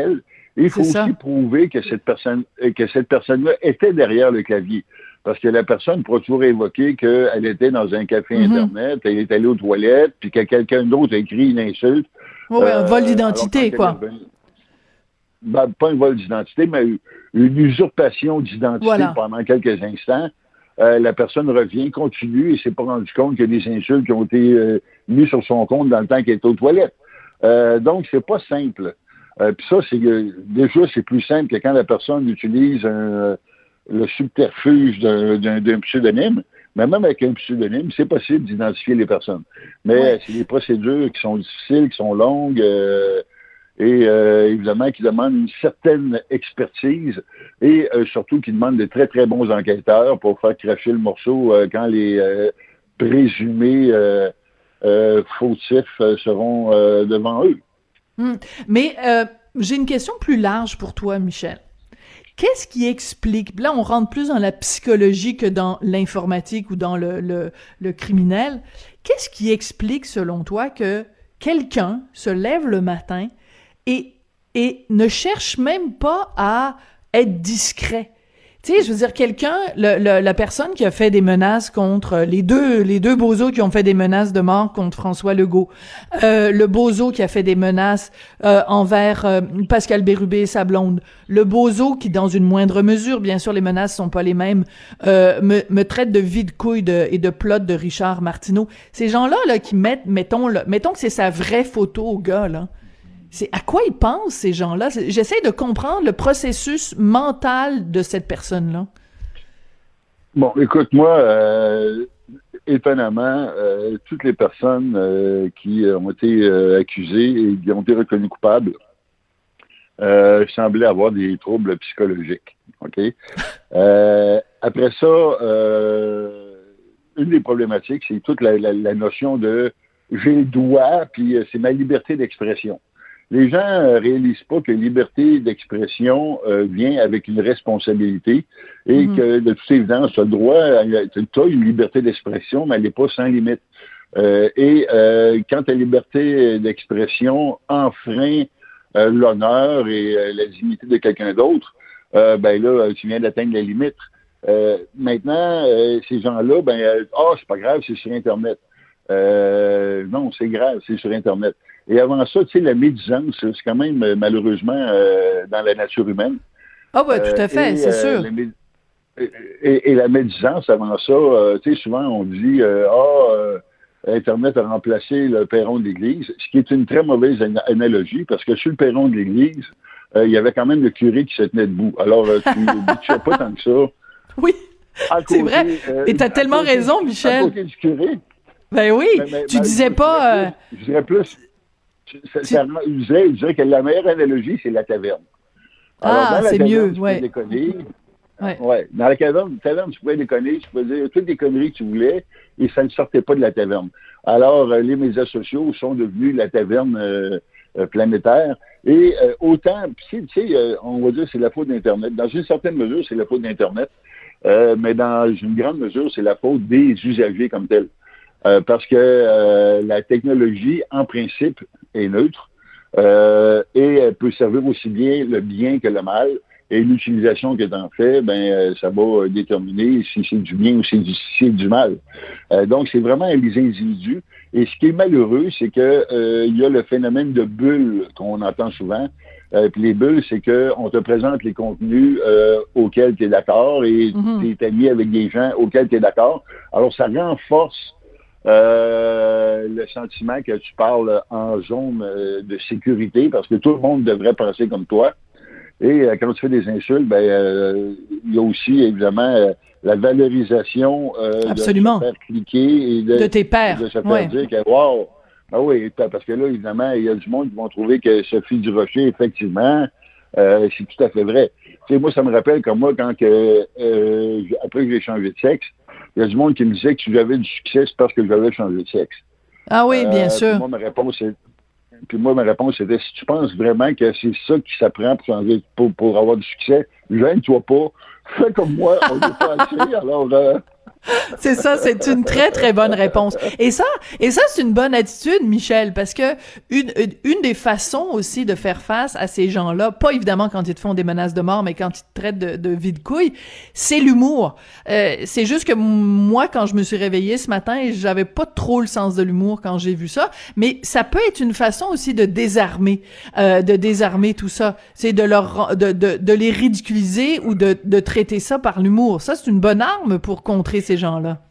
Et il faut C'est aussi ça. prouver que cette personne, que cette personne-là était derrière le clavier. Parce que la personne pourra toujours évoquer qu'elle était dans un café Mm-hmm. Internet, elle est allée aux toilettes, puis que quelqu'un d'autre a écrit une insulte. Oui, un Euh, vol d'identité, alors, quand quoi. elle est revenue- Ben, pas un vol d'identité, mais une usurpation d'identité Voilà. pendant quelques instants. Euh, la personne revient, continue, et s'est pas rendu compte qu'il y a des insultes qui ont été euh, mises sur son compte dans le temps qu'elle était aux toilettes. Euh, donc, c'est pas simple. Euh, Puis ça, c'est que déjà, c'est plus simple que quand la personne utilise un, le subterfuge d'un, d'un, d'un pseudonyme. Mais même avec un pseudonyme, c'est possible d'identifier les personnes. Mais Ouais. c'est des procédures qui sont difficiles, qui sont longues, euh, et euh, évidemment qui demandent une certaine expertise et euh, surtout qui demandent de très, très bons enquêteurs pour faire cracher le morceau euh, quand les euh, présumés euh, euh, fautifs euh, seront euh, devant eux. Hmm. Mais euh, j'ai une question plus large pour toi, Michel. Qu'est-ce qui explique, là on rentre plus dans la psychologie que dans l'informatique ou dans le, le, le criminel, qu'est-ce qui explique selon toi que quelqu'un se lève le matin et, et ne cherche même pas à être discret? Tu sais, je veux dire, quelqu'un, le, le, la personne qui a fait des menaces contre les deux, les deux bozos qui ont fait des menaces de mort contre François Legault, euh, le bozo qui a fait des menaces euh, envers euh, Pascal Bérubé et sa blonde, le bozo qui, dans une moindre mesure, bien sûr, les menaces sont pas les mêmes, euh, me, me traite de vide-couille de, et de plot de Richard Martineau. Ces gens-là, là, qui mettent, mettons, là, mettons que c'est sa vraie photo au gars, là. C'est à quoi ils pensent, ces gens-là? C'est, j'essaie de comprendre le processus mental de cette personne-là. Bon, écoute, moi, euh, étonnamment, euh, toutes les personnes euh, qui ont été euh, accusées et qui ont été reconnues coupables euh, semblaient avoir des troubles psychologiques. OK? Euh, après ça, euh, une des problématiques, c'est toute la, la, la notion de j'ai le droit, puis euh, c'est ma liberté d'expression. Les gens euh, réalisent pas que liberté d'expression euh, vient avec une responsabilité et mm-hmm. que, de toute évidence, tu as le droit, tu as une liberté d'expression, mais elle n'est pas sans limite. Euh, et euh, quand ta liberté d'expression enfreint euh, l'honneur et euh, la dignité de quelqu'un d'autre, euh, ben là, tu viens d'atteindre la limite. Euh, maintenant, euh, ces gens-là, ben, ah, euh, oh, c'est pas grave, c'est sur Internet. Euh, non, c'est grave, c'est sur Internet. Et avant ça, tu sais, la médisance, c'est quand même, malheureusement, euh, dans la nature humaine. Ah, ben, tout à fait, euh, c'est euh, sûr. Mé- et, et la médisance, avant ça, euh, tu sais, souvent, on dit, euh, ah, euh, Internet a remplacé le perron de l'Église, ce qui est une très mauvaise an- analogie, parce que sur le perron de l'Église, euh, il y avait quand même le curé qui se tenait debout. Alors, euh, tu ne sais pas tant que ça. Oui, À c'est côté, vrai. euh, Et t'as à tellement côté- raison, À Michel. côté du curé. Ben oui, Mais- mais- tu mais disais je pas... dirais euh, plus- Je dirais plus... Ça, ça, je, dirais, je dirais que la meilleure analogie, c'est la taverne. Ah, dans la c'est taverne, mieux, tu ouais. pouvais déconner. Ouais. Ouais. Dans la taverne, taverne, tu pouvais déconner, tu pouvais dire toutes les conneries que tu voulais et ça ne sortait pas de la taverne. Alors, euh, les médias sociaux sont devenus la taverne euh, euh, planétaire. Et euh, autant, tu sais, euh, on va dire c'est la faute d'Internet. Dans une certaine mesure, c'est la faute d'Internet. Euh, mais dans une grande mesure, c'est la faute des usagers comme tels. Euh, parce que euh, la technologie, en principe, est neutre euh, et elle peut servir aussi bien le bien que le mal. Et l'utilisation que tu en fais, ben euh, ça va déterminer si c'est du bien ou si c'est du, si c'est du mal. Euh, donc, c'est vraiment les individus. Et ce qui est malheureux, c'est que euh, il y a le phénomène de bulle qu'on entend souvent. Euh, puis les bulles, c'est que on te présente les contenus euh, auxquels tu es d'accord et Mm-hmm. tu es ami avec des gens auxquels tu es d'accord. Alors, ça renforce Euh, le sentiment que tu parles en zone euh, de sécurité parce que tout le monde devrait penser comme toi. Et euh, quand tu fais des insultes, ben euh, il y a aussi évidemment euh, la valorisation euh, Absolument. de se faire cliquer et de, De tes pairs, de se faire ouais. dire que wow, ah oui, parce que là évidemment il y a du monde qui vont trouver que Sophie Durocher effectivement euh, c'est tout à fait vrai. Tu sais, moi ça me rappelle comme moi quand que euh, après que j'ai changé de sexe. Il y a du monde qui me disait que si j'avais du succès, c'est parce que j'avais changé de sexe. Ah oui, bien euh, sûr. Puis moi, ma réponse, est... puis moi, ma réponse c'était, si tu penses vraiment que c'est ça qui s'apprend pour changer, pour, pour avoir du succès, gêne-toi pas. Fais comme moi, on est pas assez, alors... Euh... C'est ça, c'est une très très bonne réponse. Et ça, et ça c'est une bonne attitude, Michel, parce que une une des façons aussi de faire face à ces gens-là, pas évidemment quand ils te font des menaces de mort, mais quand ils te traitent de, de vide-couille, c'est l'humour. Euh, c'est juste que moi, quand je me suis réveillée ce matin, j'avais pas trop le sens de l'humour quand j'ai vu ça, mais ça peut être une façon aussi de désarmer, euh, de désarmer tout ça. C'est de leur de de de les ridiculiser ou de de traiter ça par l'humour. Ça, c'est une bonne arme pour contrer ces gens-là.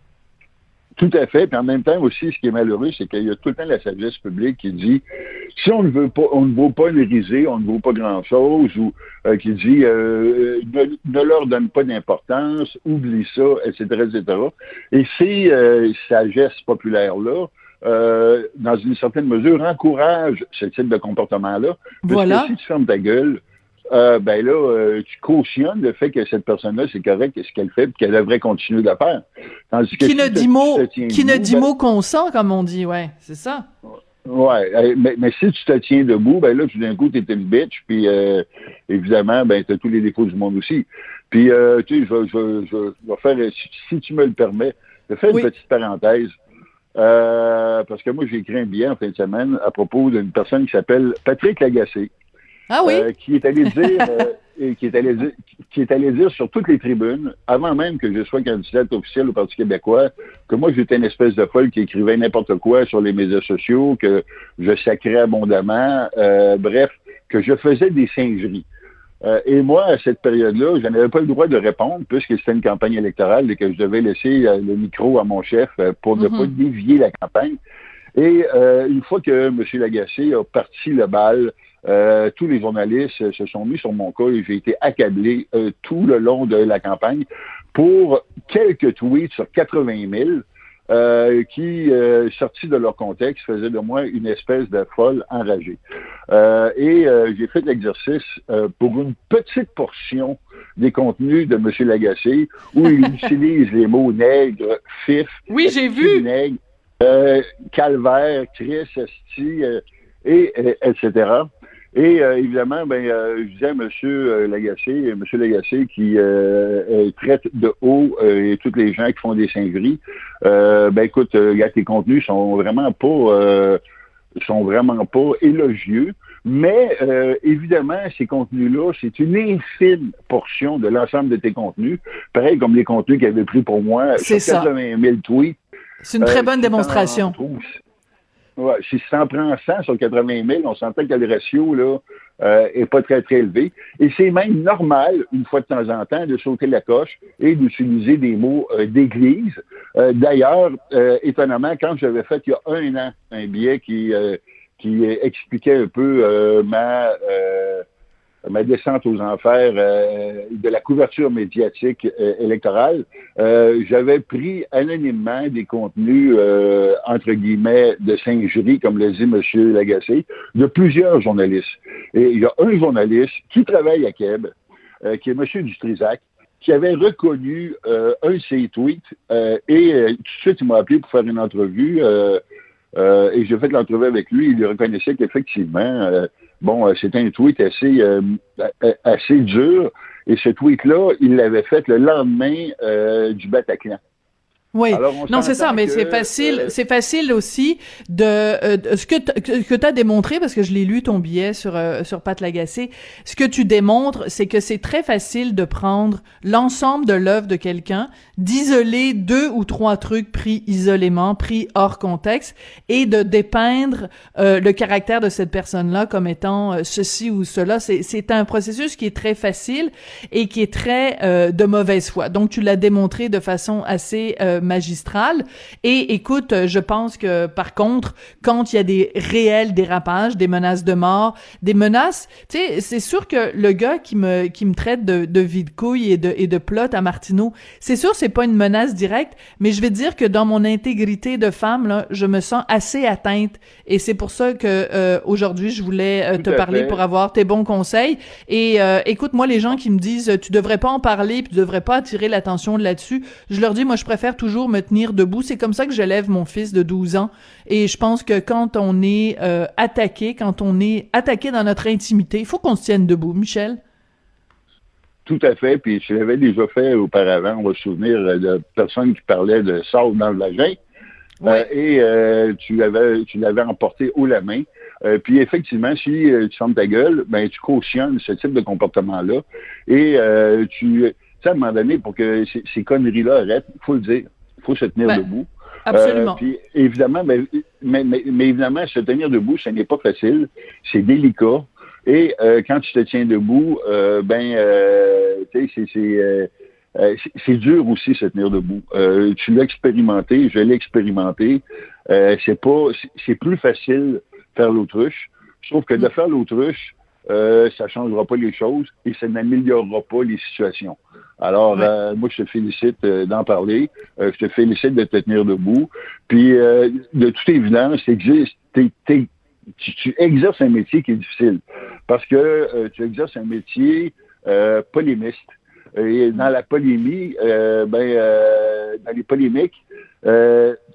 Tout à fait. Puis en même temps aussi, ce qui est malheureux, c'est qu'il y a tout le temps la sagesse publique qui dit si on ne veut pas, on ne vaut pas les risées, on ne vaut pas grand-chose, ou euh, qui dit euh, ne, ne leur donne pas d'importance, oublie ça, et cetera, et cetera. Et ces euh, sagesses populaires-là, euh, dans une certaine mesure, encouragent ce type de comportement-là. Voilà. Parce que si tu fermes ta gueule, Euh, ben là, euh, tu cautionnes le fait que cette personne-là, c'est correct, ce qu'elle fait, puis qu'elle devrait continuer de faire. Tandis que qui si ne te, dit mot, qui debout, ne dit ben, mot consent, comme on dit, ouais, c'est ça. Ouais, mais, mais si tu te tiens debout, ben là, tout d'un coup, t'es une bitch, puis euh, évidemment, ben t'as tous les défauts du monde aussi. Puis, euh, tu sais, je, je, je, je vais faire, si, si tu me le permets, je vais faire Oui. une petite parenthèse. Euh, parce que moi, j'ai écrit un billet en fin de semaine à propos d'une personne qui s'appelle Patrick Lagacé. Ah oui? Euh, qui est allé dire, euh, et qui est allé dire, qui est allé dire sur toutes les tribunes, avant même que je sois candidate officielle au Parti québécois, que moi j'étais une espèce de folle qui écrivait n'importe quoi sur les médias sociaux, que je sacrais abondamment, euh, bref, que je faisais des singeries. Euh, et moi, à cette période-là, je n'avais pas le droit de répondre puisque c'était une campagne électorale et que je devais laisser euh, le micro à mon chef euh, pour ne Mm-hmm. pas dévier la campagne. Et euh, une fois que M. Lagacé a parti le bal, Euh, tous les journalistes euh, se sont mis sur mon cas et j'ai été accablé euh, tout le long de la campagne pour quelques tweets sur quatre-vingt mille euh, qui, euh, sortis de leur contexte, faisaient de moi une espèce de folle enragée. Euh, et euh, j'ai fait l'exercice euh, pour une petite portion des contenus de M. Lagacé où il utilise les mots nègre, fif, Oui, j'ai vu. nègre, euh, calvaire, Chris, esti, euh, et, et etc. Et euh, évidemment, ben, euh, je disais à M. Lagacé, M. Lagacé qui euh, euh, traite de haut euh, et tous les gens qui font des singeries, euh, ben écoute, euh, tes contenus sont vraiment pas euh, sont vraiment pas élogieux, mais euh, évidemment, ces contenus-là, c'est une infime portion de l'ensemble de tes contenus, pareil comme les contenus qu'il avait pris pour moi C'est sur quatre-vingt mille tweets. C'est une très Euh, bonne si démonstration. t'en trouves- Ouais, si ça en prend cent sur quatre-vingt mille, on s'entend que le ratio là euh, est pas très, très élevé. Et c'est même normal, une fois de temps en temps, de sauter la coche et d'utiliser des mots euh, d'église. Euh, d'ailleurs, euh, étonnamment, quand j'avais fait il y a un an un billet qui, euh, qui expliquait un peu euh, ma... Euh, ma descente aux enfers euh, de la couverture médiatique euh, électorale, euh, j'avais pris anonymement des contenus, euh, entre guillemets, de singerie, comme le dit M. Lagacé, de plusieurs journalistes. Et il y a un journaliste qui travaille à Québec, euh, qui est M. Dutrisac, qui avait reconnu euh, un de ses tweets, euh, et euh, tout de suite, il m'a appelé pour faire une entrevue, euh, euh, et j'ai fait l'entrevue avec lui, il reconnaissait qu'effectivement... Euh, Bon, euh, c'était un tweet assez euh, assez dur. Et ce tweet-là, il l'avait fait le lendemain euh, du Bataclan. Oui, Alors, on non, c'est ça, s'entend mais que, c'est facile, euh, c'est facile aussi de, euh, de- ce que t- que, que t'as démontré, parce que je l'ai lu ton billet sur euh, sur Pat Lagacé. Ce que tu démontres, c'est que c'est très facile de prendre l'ensemble de l'œuvre de quelqu'un, d'isoler deux ou trois trucs pris isolément, pris hors contexte, et de dépeindre euh, le caractère de cette personne-là comme étant euh, ceci ou cela. C'est c'est un processus qui est très facile et qui est très euh, de mauvaise foi. Donc tu l'as démontré de façon assez euh, magistrale. Et écoute, je pense que par contre, quand il y a des réels dérapages, des menaces de mort, des menaces, tu sais, c'est sûr que le gars qui me qui me traite de de vide-couille et de et de plot à Martineau, c'est sûr c'est pas une menace directe, mais je vais te dire que dans mon intégrité de femme là, je me sens assez atteinte et c'est pour ça que euh, aujourd'hui je voulais euh, Tout te à parler fait. pour avoir tes bons conseils. Et euh, écoute, moi les gens qui me disent tu devrais pas en parler, puis tu devrais pas attirer l'attention là-dessus, je leur dis moi je préfère toujours me tenir debout. C'est comme ça que j'élève mon fils de douze ans. Et je pense que quand on est euh, attaqué, quand on est attaqué dans notre intimité, il faut qu'on se tienne debout, Michel. Tout à fait, puis tu l'avais déjà fait auparavant, on va se souvenir de personnes qui parlaient de sable dans le vagin, oui. euh, et euh, tu l'avais tu l'avais emporté haut la main. Euh, puis effectivement, si euh, tu fermes ta gueule, ben tu cautionnes ce type de comportement-là, et euh, tu, tu sais, à un moment donné, pour que ces, ces conneries-là arrêtent, il faut le dire, il faut se tenir ben, debout. Absolument. Euh, puis évidemment, ben, mais, mais, mais évidemment, se tenir debout, ce n'est pas facile, c'est délicat. Et euh, quand tu te tiens debout, euh, ben, euh, tu sais, c'est, c'est, euh, c'est, c'est dur aussi se tenir debout. Euh, tu l'as expérimenté, je l'ai expérimenté. Euh, c'est pas, c'est, c'est plus facile faire l'autruche. Sauf que de faire l'autruche, euh, ça changera pas les choses et ça n'améliorera pas les situations. Alors, ouais. euh, moi, je te félicite euh, d'en parler. Euh, je te félicite de te tenir debout. Puis, euh, de toute évidence, c'est que t'es, t'es, tu, tu exerces un métier qui est difficile. Parce que euh, tu exerces un métier euh, polémiste. Et dans la polémie, euh, ben, euh, dans les polémiques, euh, tu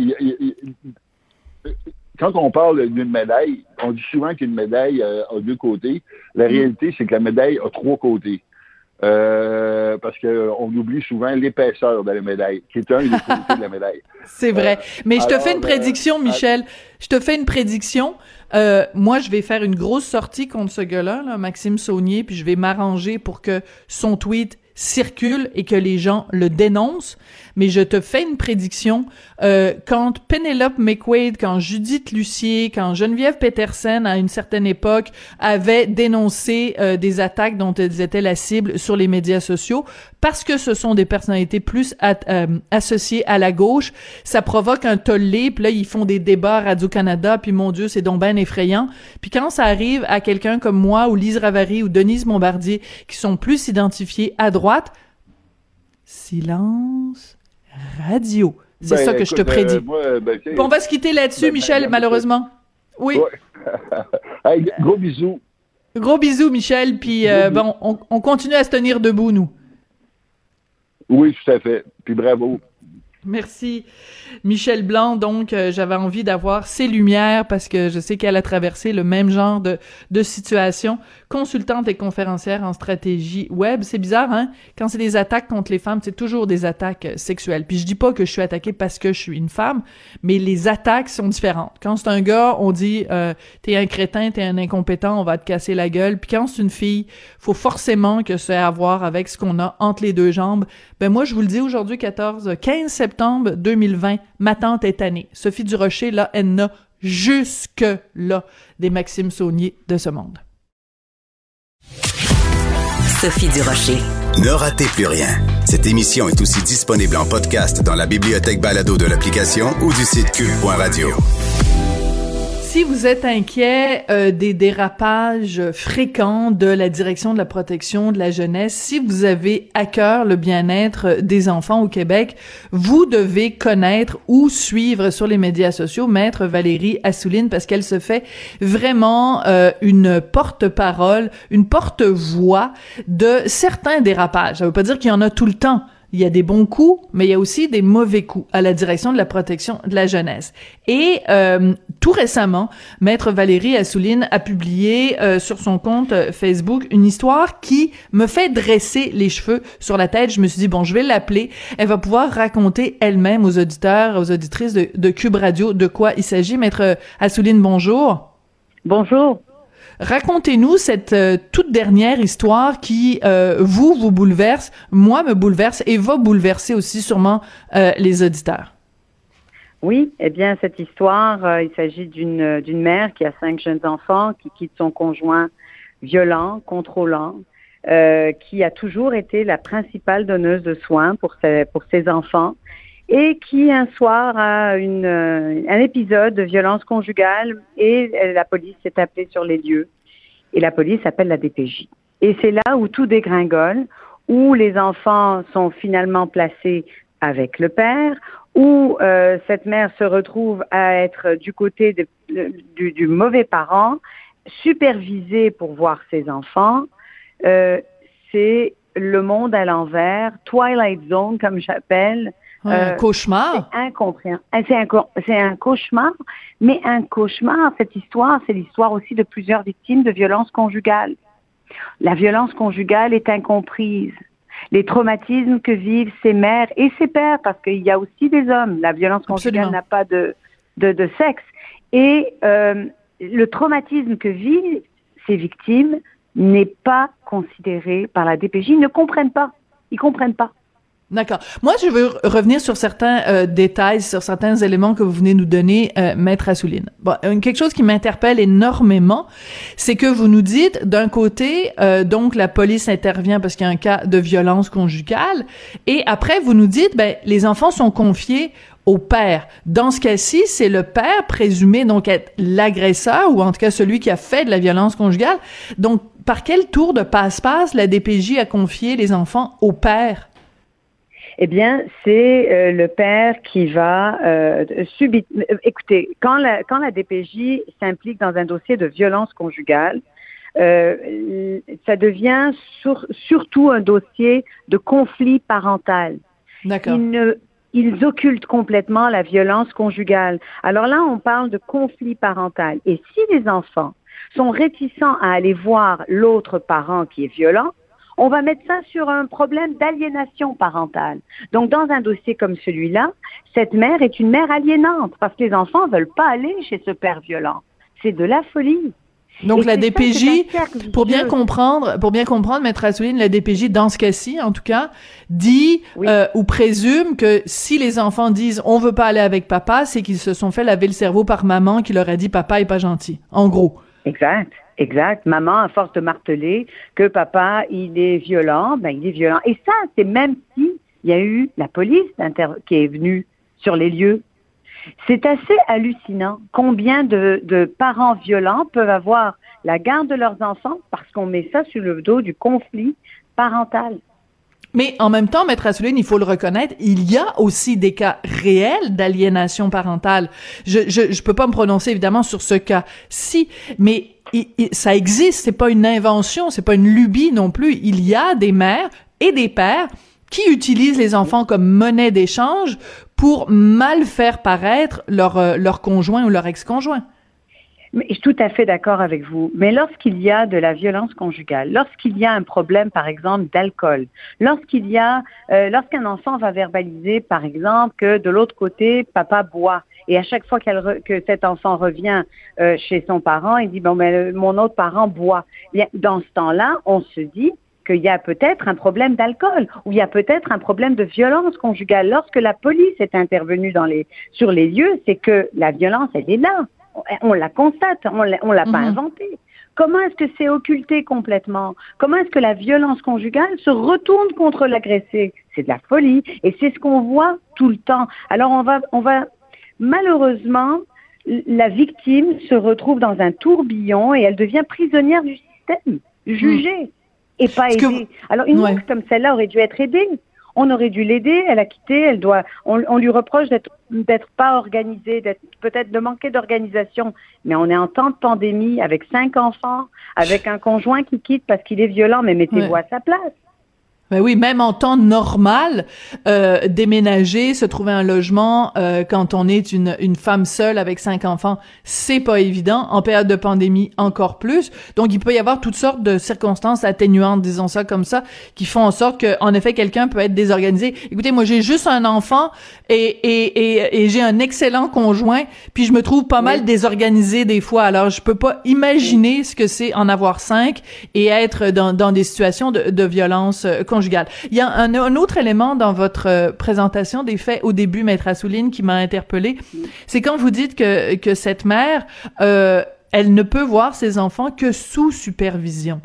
sais, quand on parle d'une médaille, on dit souvent qu'une médaille euh, a deux côtés. La réalité, c'est que la médaille a trois côtés. Euh, parce qu'on oublie souvent l'épaisseur de la médaille, qui est un des côtés de la médaille. C'est vrai. Euh, Mais je te alors, fais une prédiction, euh, Michel. Je te fais une prédiction. Euh, moi, je vais faire une grosse sortie contre ce gars-là, là, Maxime Saunier, puis je vais m'arranger pour que son tweet circule et que les gens le dénoncent. Mais je te fais une prédiction. Euh, quand Penelope McQuaid, quand Judith Lucier, quand Geneviève Peterson, à une certaine époque, avaient dénoncé euh, des attaques dont elles étaient la cible sur les médias sociaux, parce que ce sont des personnalités plus at, euh, associées à la gauche, ça provoque un tollé, puis là, ils font des débats à Radio-Canada, puis mon Dieu, c'est donc ben effrayant. Puis quand ça arrive à quelqu'un comme moi, ou Lise Ravary, ou Denise Bombardier, qui sont plus identifiés à droite, silence radio. C'est ben, ça que écoute, je te prédis. Euh, moi, ben, bon, on va se quitter là-dessus, ben, Michel, ben, malheureusement. Oui. Ouais. Hey, gros bisous. Gros bisous, Michel, puis euh, bon, on, on continue à se tenir debout, nous. Oui, tout à fait. Puis bravo. Merci. Michel Blanc, donc, euh, j'avais envie d'avoir ses lumières parce que je sais qu'elle a traversé le même genre de, de situation. Consultante et conférencière en stratégie web. C'est bizarre, hein? Quand c'est des attaques contre les femmes, c'est toujours des attaques sexuelles. Puis je dis pas que je suis attaquée parce que je suis une femme, mais les attaques sont différentes. Quand c'est un gars, on dit euh, t'es un crétin, t'es un incompétent, on va te casser la gueule. Puis quand c'est une fille, faut forcément que ça ait à voir avec ce qu'on a entre les deux jambes. Ben moi, je vous le dis aujourd'hui, quatorze, quinze septembre deux mille vingt, ma tante est tannée. Sophie Durocher, là, elle n'a jusque-là des Maxime Saunier de ce monde. Sophie Durocher. Ne ratez plus rien. Cette émission est aussi disponible en podcast dans la bibliothèque balado de l'application ou du site cube point radio. Si vous êtes inquiet euh, des dérapages fréquents de la direction de la protection de la jeunesse, si vous avez à cœur le bien-être des enfants au Québec, vous devez connaître ou suivre sur les médias sociaux Maître Valérie Assouline parce qu'elle se fait vraiment euh, une porte-parole, une porte-voix de certains dérapages. Ça veut pas dire qu'il y en a tout le temps. Il y a des bons coups, mais il y a aussi des mauvais coups à la direction de la protection de la jeunesse. Et euh, tout récemment, Maître Valérie Assouline a publié euh, sur son compte Facebook une histoire qui me fait dresser les cheveux sur la tête. Je me suis dit, bon, je vais l'appeler. Elle va pouvoir raconter elle-même aux auditeurs, aux auditrices de, de Cube Radio de quoi il s'agit. Maître Assouline, bonjour. Bonjour. Racontez-nous cette euh, toute dernière histoire qui, euh, vous, vous bouleverse, moi me bouleverse et va bouleverser aussi sûrement euh, les auditeurs. Oui, eh bien, cette histoire, euh, il s'agit d'une, d'une mère qui a cinq jeunes enfants, qui quitte son conjoint violent, contrôlant, euh, qui a toujours été la principale donneuse de soins pour ses, pour ses enfants et qui, un soir, a une, un épisode de violence conjugale et la police s'est appelée sur les lieux. Et la police appelle la D P J. Et c'est là où tout dégringole, où les enfants sont finalement placés avec le père, où euh, cette mère se retrouve à être du côté de, du, du mauvais parent, supervisée pour voir ses enfants. Euh, c'est le monde à l'envers, Twilight Zone, comme j'appelle. Un euh, cauchemar. C'est incompréhensible. C'est un, c'est un cauchemar, mais un cauchemar. Cette histoire, c'est l'histoire aussi de plusieurs victimes de violences conjugales. La violence conjugale est incomprise. Les traumatismes que vivent ces mères et ces pères, parce qu'il y a aussi des hommes. La violence conjugale Absolument. n'a pas de, de, de sexe. Et euh, le traumatisme que vivent ces victimes n'est pas considéré par la D P J. Ils ne comprennent pas. Ils comprennent pas. D'accord. Moi, je veux revenir sur certains euh, détails, sur certains éléments que vous venez nous donner, euh, Maître Assouline. Bon, quelque chose qui m'interpelle énormément, c'est que vous nous dites, d'un côté, euh, donc la police intervient parce qu'il y a un cas de violence conjugale, et après, vous nous dites, ben, les enfants sont confiés au père. Dans ce cas-ci, c'est le père présumé donc être l'agresseur, ou en tout cas celui qui a fait de la violence conjugale. Donc, par quel tour de passe-passe la D P J a confié les enfants au père? Eh bien, c'est euh, le père qui va euh, subir. Écoutez, quand la, quand la D P J s'implique dans un dossier de violence conjugale, euh, ça devient sur, surtout un dossier de conflit parental. D'accord. Ils, ne, ils occultent complètement la violence conjugale. Alors là, on parle de conflit parental. Et si les enfants sont réticents à aller voir l'autre parent qui est violent, on va mettre ça sur un problème d'aliénation parentale. Donc, dans un dossier comme celui-là, cette mère est une mère aliénante parce que les enfants veulent pas aller chez ce père violent. C'est de la folie. Donc, Et la c'est D P J, ça, c'est un pour bien cercle comprendre, pour bien comprendre, Maître Assouline, la D P J, dans ce cas-ci, en tout cas, dit Oui. euh, ou présume que si les enfants disent « on veut pas aller avec papa », c'est qu'ils se sont fait laver le cerveau par maman qui leur a dit « papa est pas gentil », en gros. Exact, exact. Maman, à force de marteler que papa, il est violent, ben il est violent. Et ça, c'est même si il y a eu la police inter- qui est venue sur les lieux. C'est assez hallucinant combien de, de parents violents peuvent avoir la garde de leurs enfants parce qu'on met ça sur le dos du conflit parental. Mais en même temps, Maître Assouline, il faut le reconnaître, il y a aussi des cas réels d'aliénation parentale. Je, je, je peux pas me prononcer évidemment sur ce cas-ci, mais il, il, ça existe. C'est pas une invention, c'est pas une lubie non plus. Il y a des mères et des pères qui utilisent les enfants comme monnaie d'échange pour mal faire paraître leur euh, leur conjoint ou leur ex-conjoint. Mais je suis tout à fait d'accord avec vous. Mais lorsqu'il y a de la violence conjugale, lorsqu'il y a un problème, par exemple, d'alcool, lorsqu'il y a, euh, lorsqu'un enfant va verbaliser, par exemple, que de l'autre côté, papa boit, et à chaque fois qu'elle re, que cet enfant revient euh, chez son parent, il dit bon, ben mon autre parent boit. Bien, dans ce temps-là, on se dit qu'il y a peut-être un problème d'alcool ou il y a peut-être un problème de violence conjugale. Lorsque la police est intervenue dans les sur les lieux, c'est que la violence, elle est là. On la constate, on l'a, on l'a pas Mm-hmm. inventée. Comment est-ce que c'est occulté complètement? Comment est-ce que la violence conjugale se retourne contre l'agressé? C'est de la folie et c'est ce qu'on voit tout le temps. Alors on va, on va malheureusement, la victime se retrouve dans un tourbillon et elle devient prisonnière du système, jugée mm. et pas Est-ce aidée. vous... Alors une ouais. mère comme celle-là aurait dû être aidée. On aurait dû l'aider, elle a quitté, elle doit, on, on lui reproche d'être, d'être pas organisée, d'être, peut-être de manquer d'organisation. Mais on est en temps de pandémie avec cinq enfants, avec un conjoint qui quitte parce qu'il est violent, mais mettez-vous ouais. à sa place. Ben oui, même en temps normal, euh, déménager, se trouver un logement euh, quand on est une une femme seule avec cinq enfants, c'est pas évident. En période de pandémie, encore plus. Donc, il peut y avoir toutes sortes de circonstances atténuantes, disons ça comme ça, qui font en sorte que, en effet, quelqu'un peut être désorganisé. Écoutez, moi, j'ai juste un enfant et et et, et j'ai un excellent conjoint, puis je me trouve pas mal oui. désorganisée des fois. Alors, je peux pas imaginer ce que c'est en avoir cinq et être dans dans des situations de, de violence euh, conjugale. Il y a un, un autre élément dans votre euh, présentation des faits au début, Maître Assouline, qui m'a interpellée. C'est quand vous dites que, que cette mère, euh, elle ne peut voir ses enfants que sous supervision.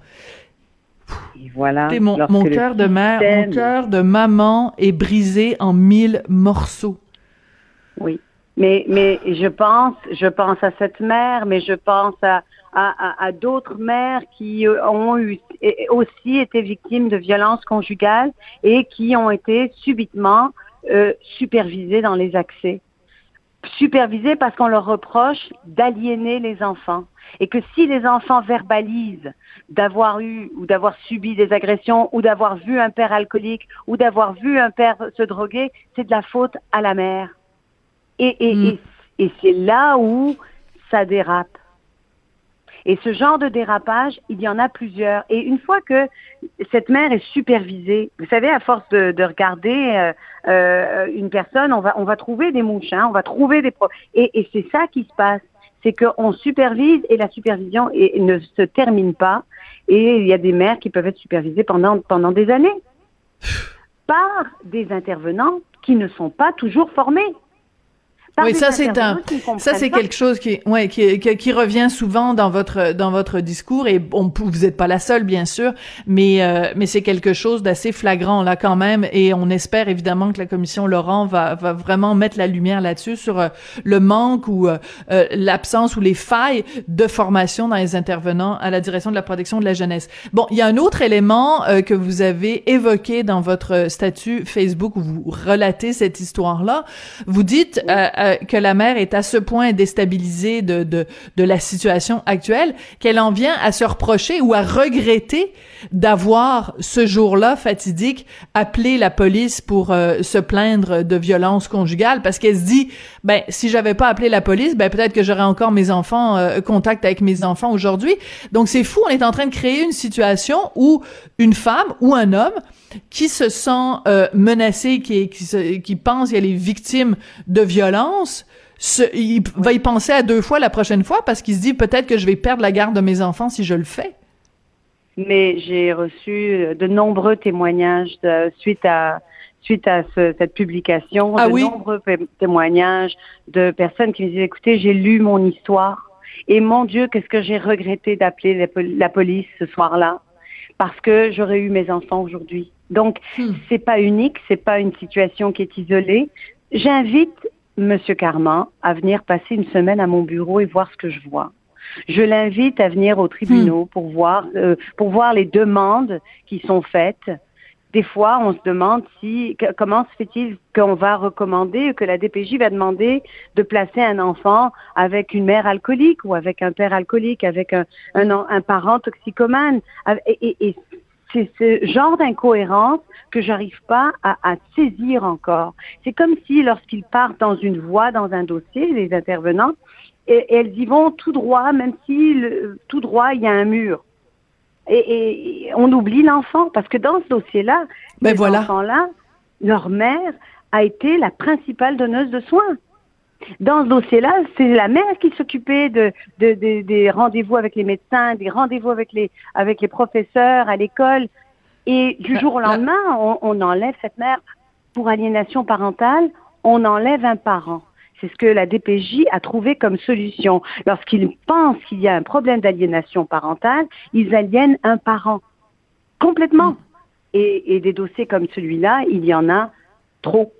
Et voilà. Mon, mon cœur de mère, système... mon cœur de maman est brisé en mille morceaux. Oui. Mais, mais je pense, je pense à cette mère, mais je pense à, à, à, à d'autres mères qui ont eu, aussi été victimes de violences conjugales et qui ont été subitement euh, supervisées dans les accès. Supervisées parce qu'on leur reproche d'aliéner les enfants. Et que si les enfants verbalisent d'avoir eu ou d'avoir subi des agressions ou d'avoir vu un père alcoolique ou d'avoir vu un père se droguer, c'est de la faute à la mère. Et, et, mmh. et, et c'est là où ça dérape. Et ce genre de dérapage, il y en a plusieurs. Et une fois que cette mère est supervisée, vous savez, à force de, de regarder euh, euh, une personne, on va on va trouver des mouches, hein, on va trouver des pro- et, et c'est ça qui se passe, c'est qu'on supervise et la supervision et, et ne se termine pas. Et il y a des mères qui peuvent être supervisées pendant pendant des années par des intervenants qui ne sont pas toujours formés. Oui, ça c'est un, ça c'est quelque chose qui, ouais, qui, qui, qui revient souvent dans votre dans votre discours et on, vous êtes pas la seule bien sûr, mais euh, mais c'est quelque chose d'assez flagrant là quand même et on espère évidemment que la commission Laurent va va vraiment mettre la lumière là-dessus sur euh, le manque ou euh, euh, l'absence ou les failles de formation dans les intervenants à la direction de la protection de la jeunesse. Bon, il y a un autre élément euh, que vous avez évoqué dans votre statut Facebook où vous relatez cette histoire-là. Vous dites euh, euh, que la mère est à ce point déstabilisée de, de, de la situation actuelle qu'elle en vient à se reprocher ou à regretter d'avoir, ce jour-là fatidique, appelé la police pour euh, se plaindre de violences conjugales parce qu'elle se dit, ben, si j'avais pas appelé la police, ben, peut-être que j'aurais encore mes enfants, euh, contact avec mes enfants aujourd'hui. Donc, c'est fou, on est en train de créer une situation où une femme ou un homme qui se sent euh, menacé, qui, qui, se, qui pense qu'elle est victime de violence, se, il va y penser à deux fois la prochaine fois parce qu'il se dit peut-être que je vais perdre la garde de mes enfants si je le fais. Mais j'ai reçu de nombreux témoignages de, suite à suite à ce, cette publication, ah de oui? nombreux p- témoignages de personnes qui me disaient écoutez, j'ai lu mon histoire et mon Dieu, qu'est-ce que j'ai regretté d'appeler la, pol- la police ce soir-là parce que j'aurais eu mes enfants aujourd'hui. Donc, hmm. c'est pas unique, c'est pas une situation qui est isolée. J'invite Monsieur Carman à venir passer une semaine à mon bureau et voir ce que je vois. Je l'invite à venir aux tribunaux hmm. pour voir, euh, pour voir les demandes qui sont faites. Des fois, on se demande si, que, comment se fait-il qu'on va recommander, que la D P J va demander de placer un enfant avec une mère alcoolique ou avec un père alcoolique, avec un, un, un parent toxicomane. Et, et, et c'est ce genre d'incohérence que j'arrive pas à, à saisir encore. C'est comme si lorsqu'ils partent dans une voie, dans un dossier, les intervenants, et, et elles y vont tout droit, même si le, tout droit, il y a un mur. Et, et, et on oublie l'enfant, parce que dans ce dossier-là, ben les voilà. enfants-là, leur mère a été la principale donneuse de soins. Dans ce dossier-là, c'est la mère qui s'occupait de, de, de, des rendez-vous avec les médecins, des rendez-vous avec les, avec les professeurs à l'école. Et du jour au lendemain, on, on enlève cette mère pour aliénation parentale, on enlève un parent. C'est ce que la D P J a trouvé comme solution. Lorsqu'ils pensent qu'il y a un problème d'aliénation parentale, ils aliènent un parent. Complètement. Et, et des dossiers comme celui-là, il y en a trop.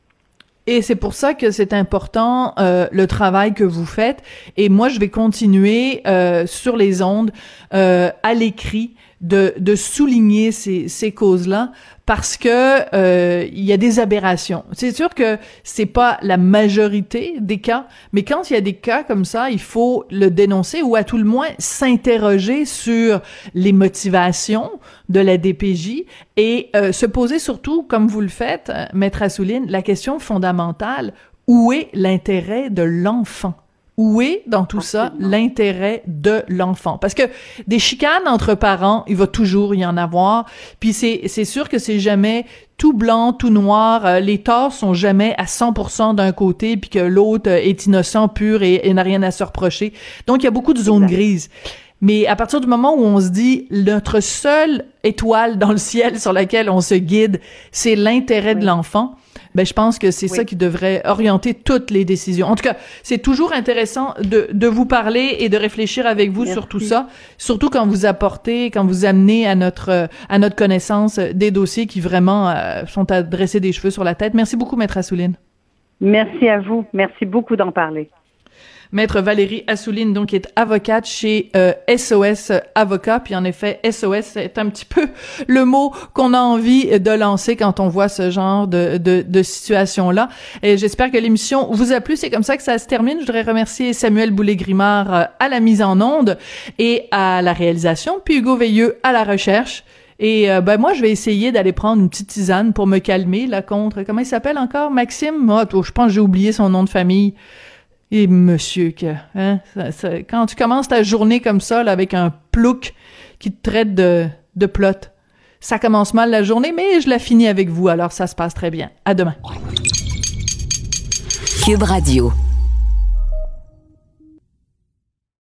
Et c'est pour ça que c'est important euh, le travail que vous faites. Et moi, je vais continuer euh, sur les ondes, euh, à l'écrit, de, de souligner ces, ces causes-là parce que euh, il y a des aberrations. C'est sûr que c'est pas la majorité des cas, mais quand il y a des cas comme ça, il faut le dénoncer ou à tout le moins s'interroger sur les motivations de la D P J et euh, se poser surtout, comme vous le faites, euh, Maître Assouline, la question fondamentale, où est l'intérêt de l'enfant? Où est, dans tout ça, l'intérêt de l'enfant? Parce que des chicanes entre parents, il va toujours y en avoir. Puis c'est c'est sûr que c'est jamais tout blanc, tout noir. Euh, les torts sont jamais à cent pour cent d'un côté, puis que l'autre est innocent, pur et, et n'a rien à se reprocher. Donc, il y a beaucoup de zones exact. grises. Mais à partir du moment où on se dit notre seule étoile dans le ciel sur laquelle on se guide, c'est l'intérêt oui. de l'enfant, ben je pense que c'est oui. ça qui devrait orienter toutes les décisions. En tout cas, c'est toujours intéressant de de vous parler et de réfléchir avec vous Merci. sur tout ça, surtout quand vous apportez, quand vous amenez à notre à notre connaissance des dossiers qui vraiment euh, sont à dresser des cheveux sur la tête. Merci beaucoup, Maître Assouline. Merci à vous. Merci beaucoup d'en parler. Maître Valérie Assouline, donc, est avocate chez euh, S O S Avocats. Puis en effet, S O S est un petit peu le mot qu'on a envie de lancer quand on voit ce genre de, de, de situation-là. Et j'espère que l'émission vous a plu. C'est comme ça que ça se termine. Je voudrais remercier Samuel Boulay-Grimard euh, à la mise en onde et à la réalisation, puis Hugo Veilleux à la recherche. Et euh, ben moi, je vais essayer d'aller prendre une petite tisane pour me calmer là contre... Comment il s'appelle encore? Maxime? Oh, je pense que j'ai oublié son nom de famille. Et monsieur, que, hein, ça, ça, quand tu commences ta journée comme ça, là, avec un plouc qui te traite de, de plot, ça commence mal la journée, mais je la finis avec vous, alors ça se passe très bien. À demain. Cube Radio.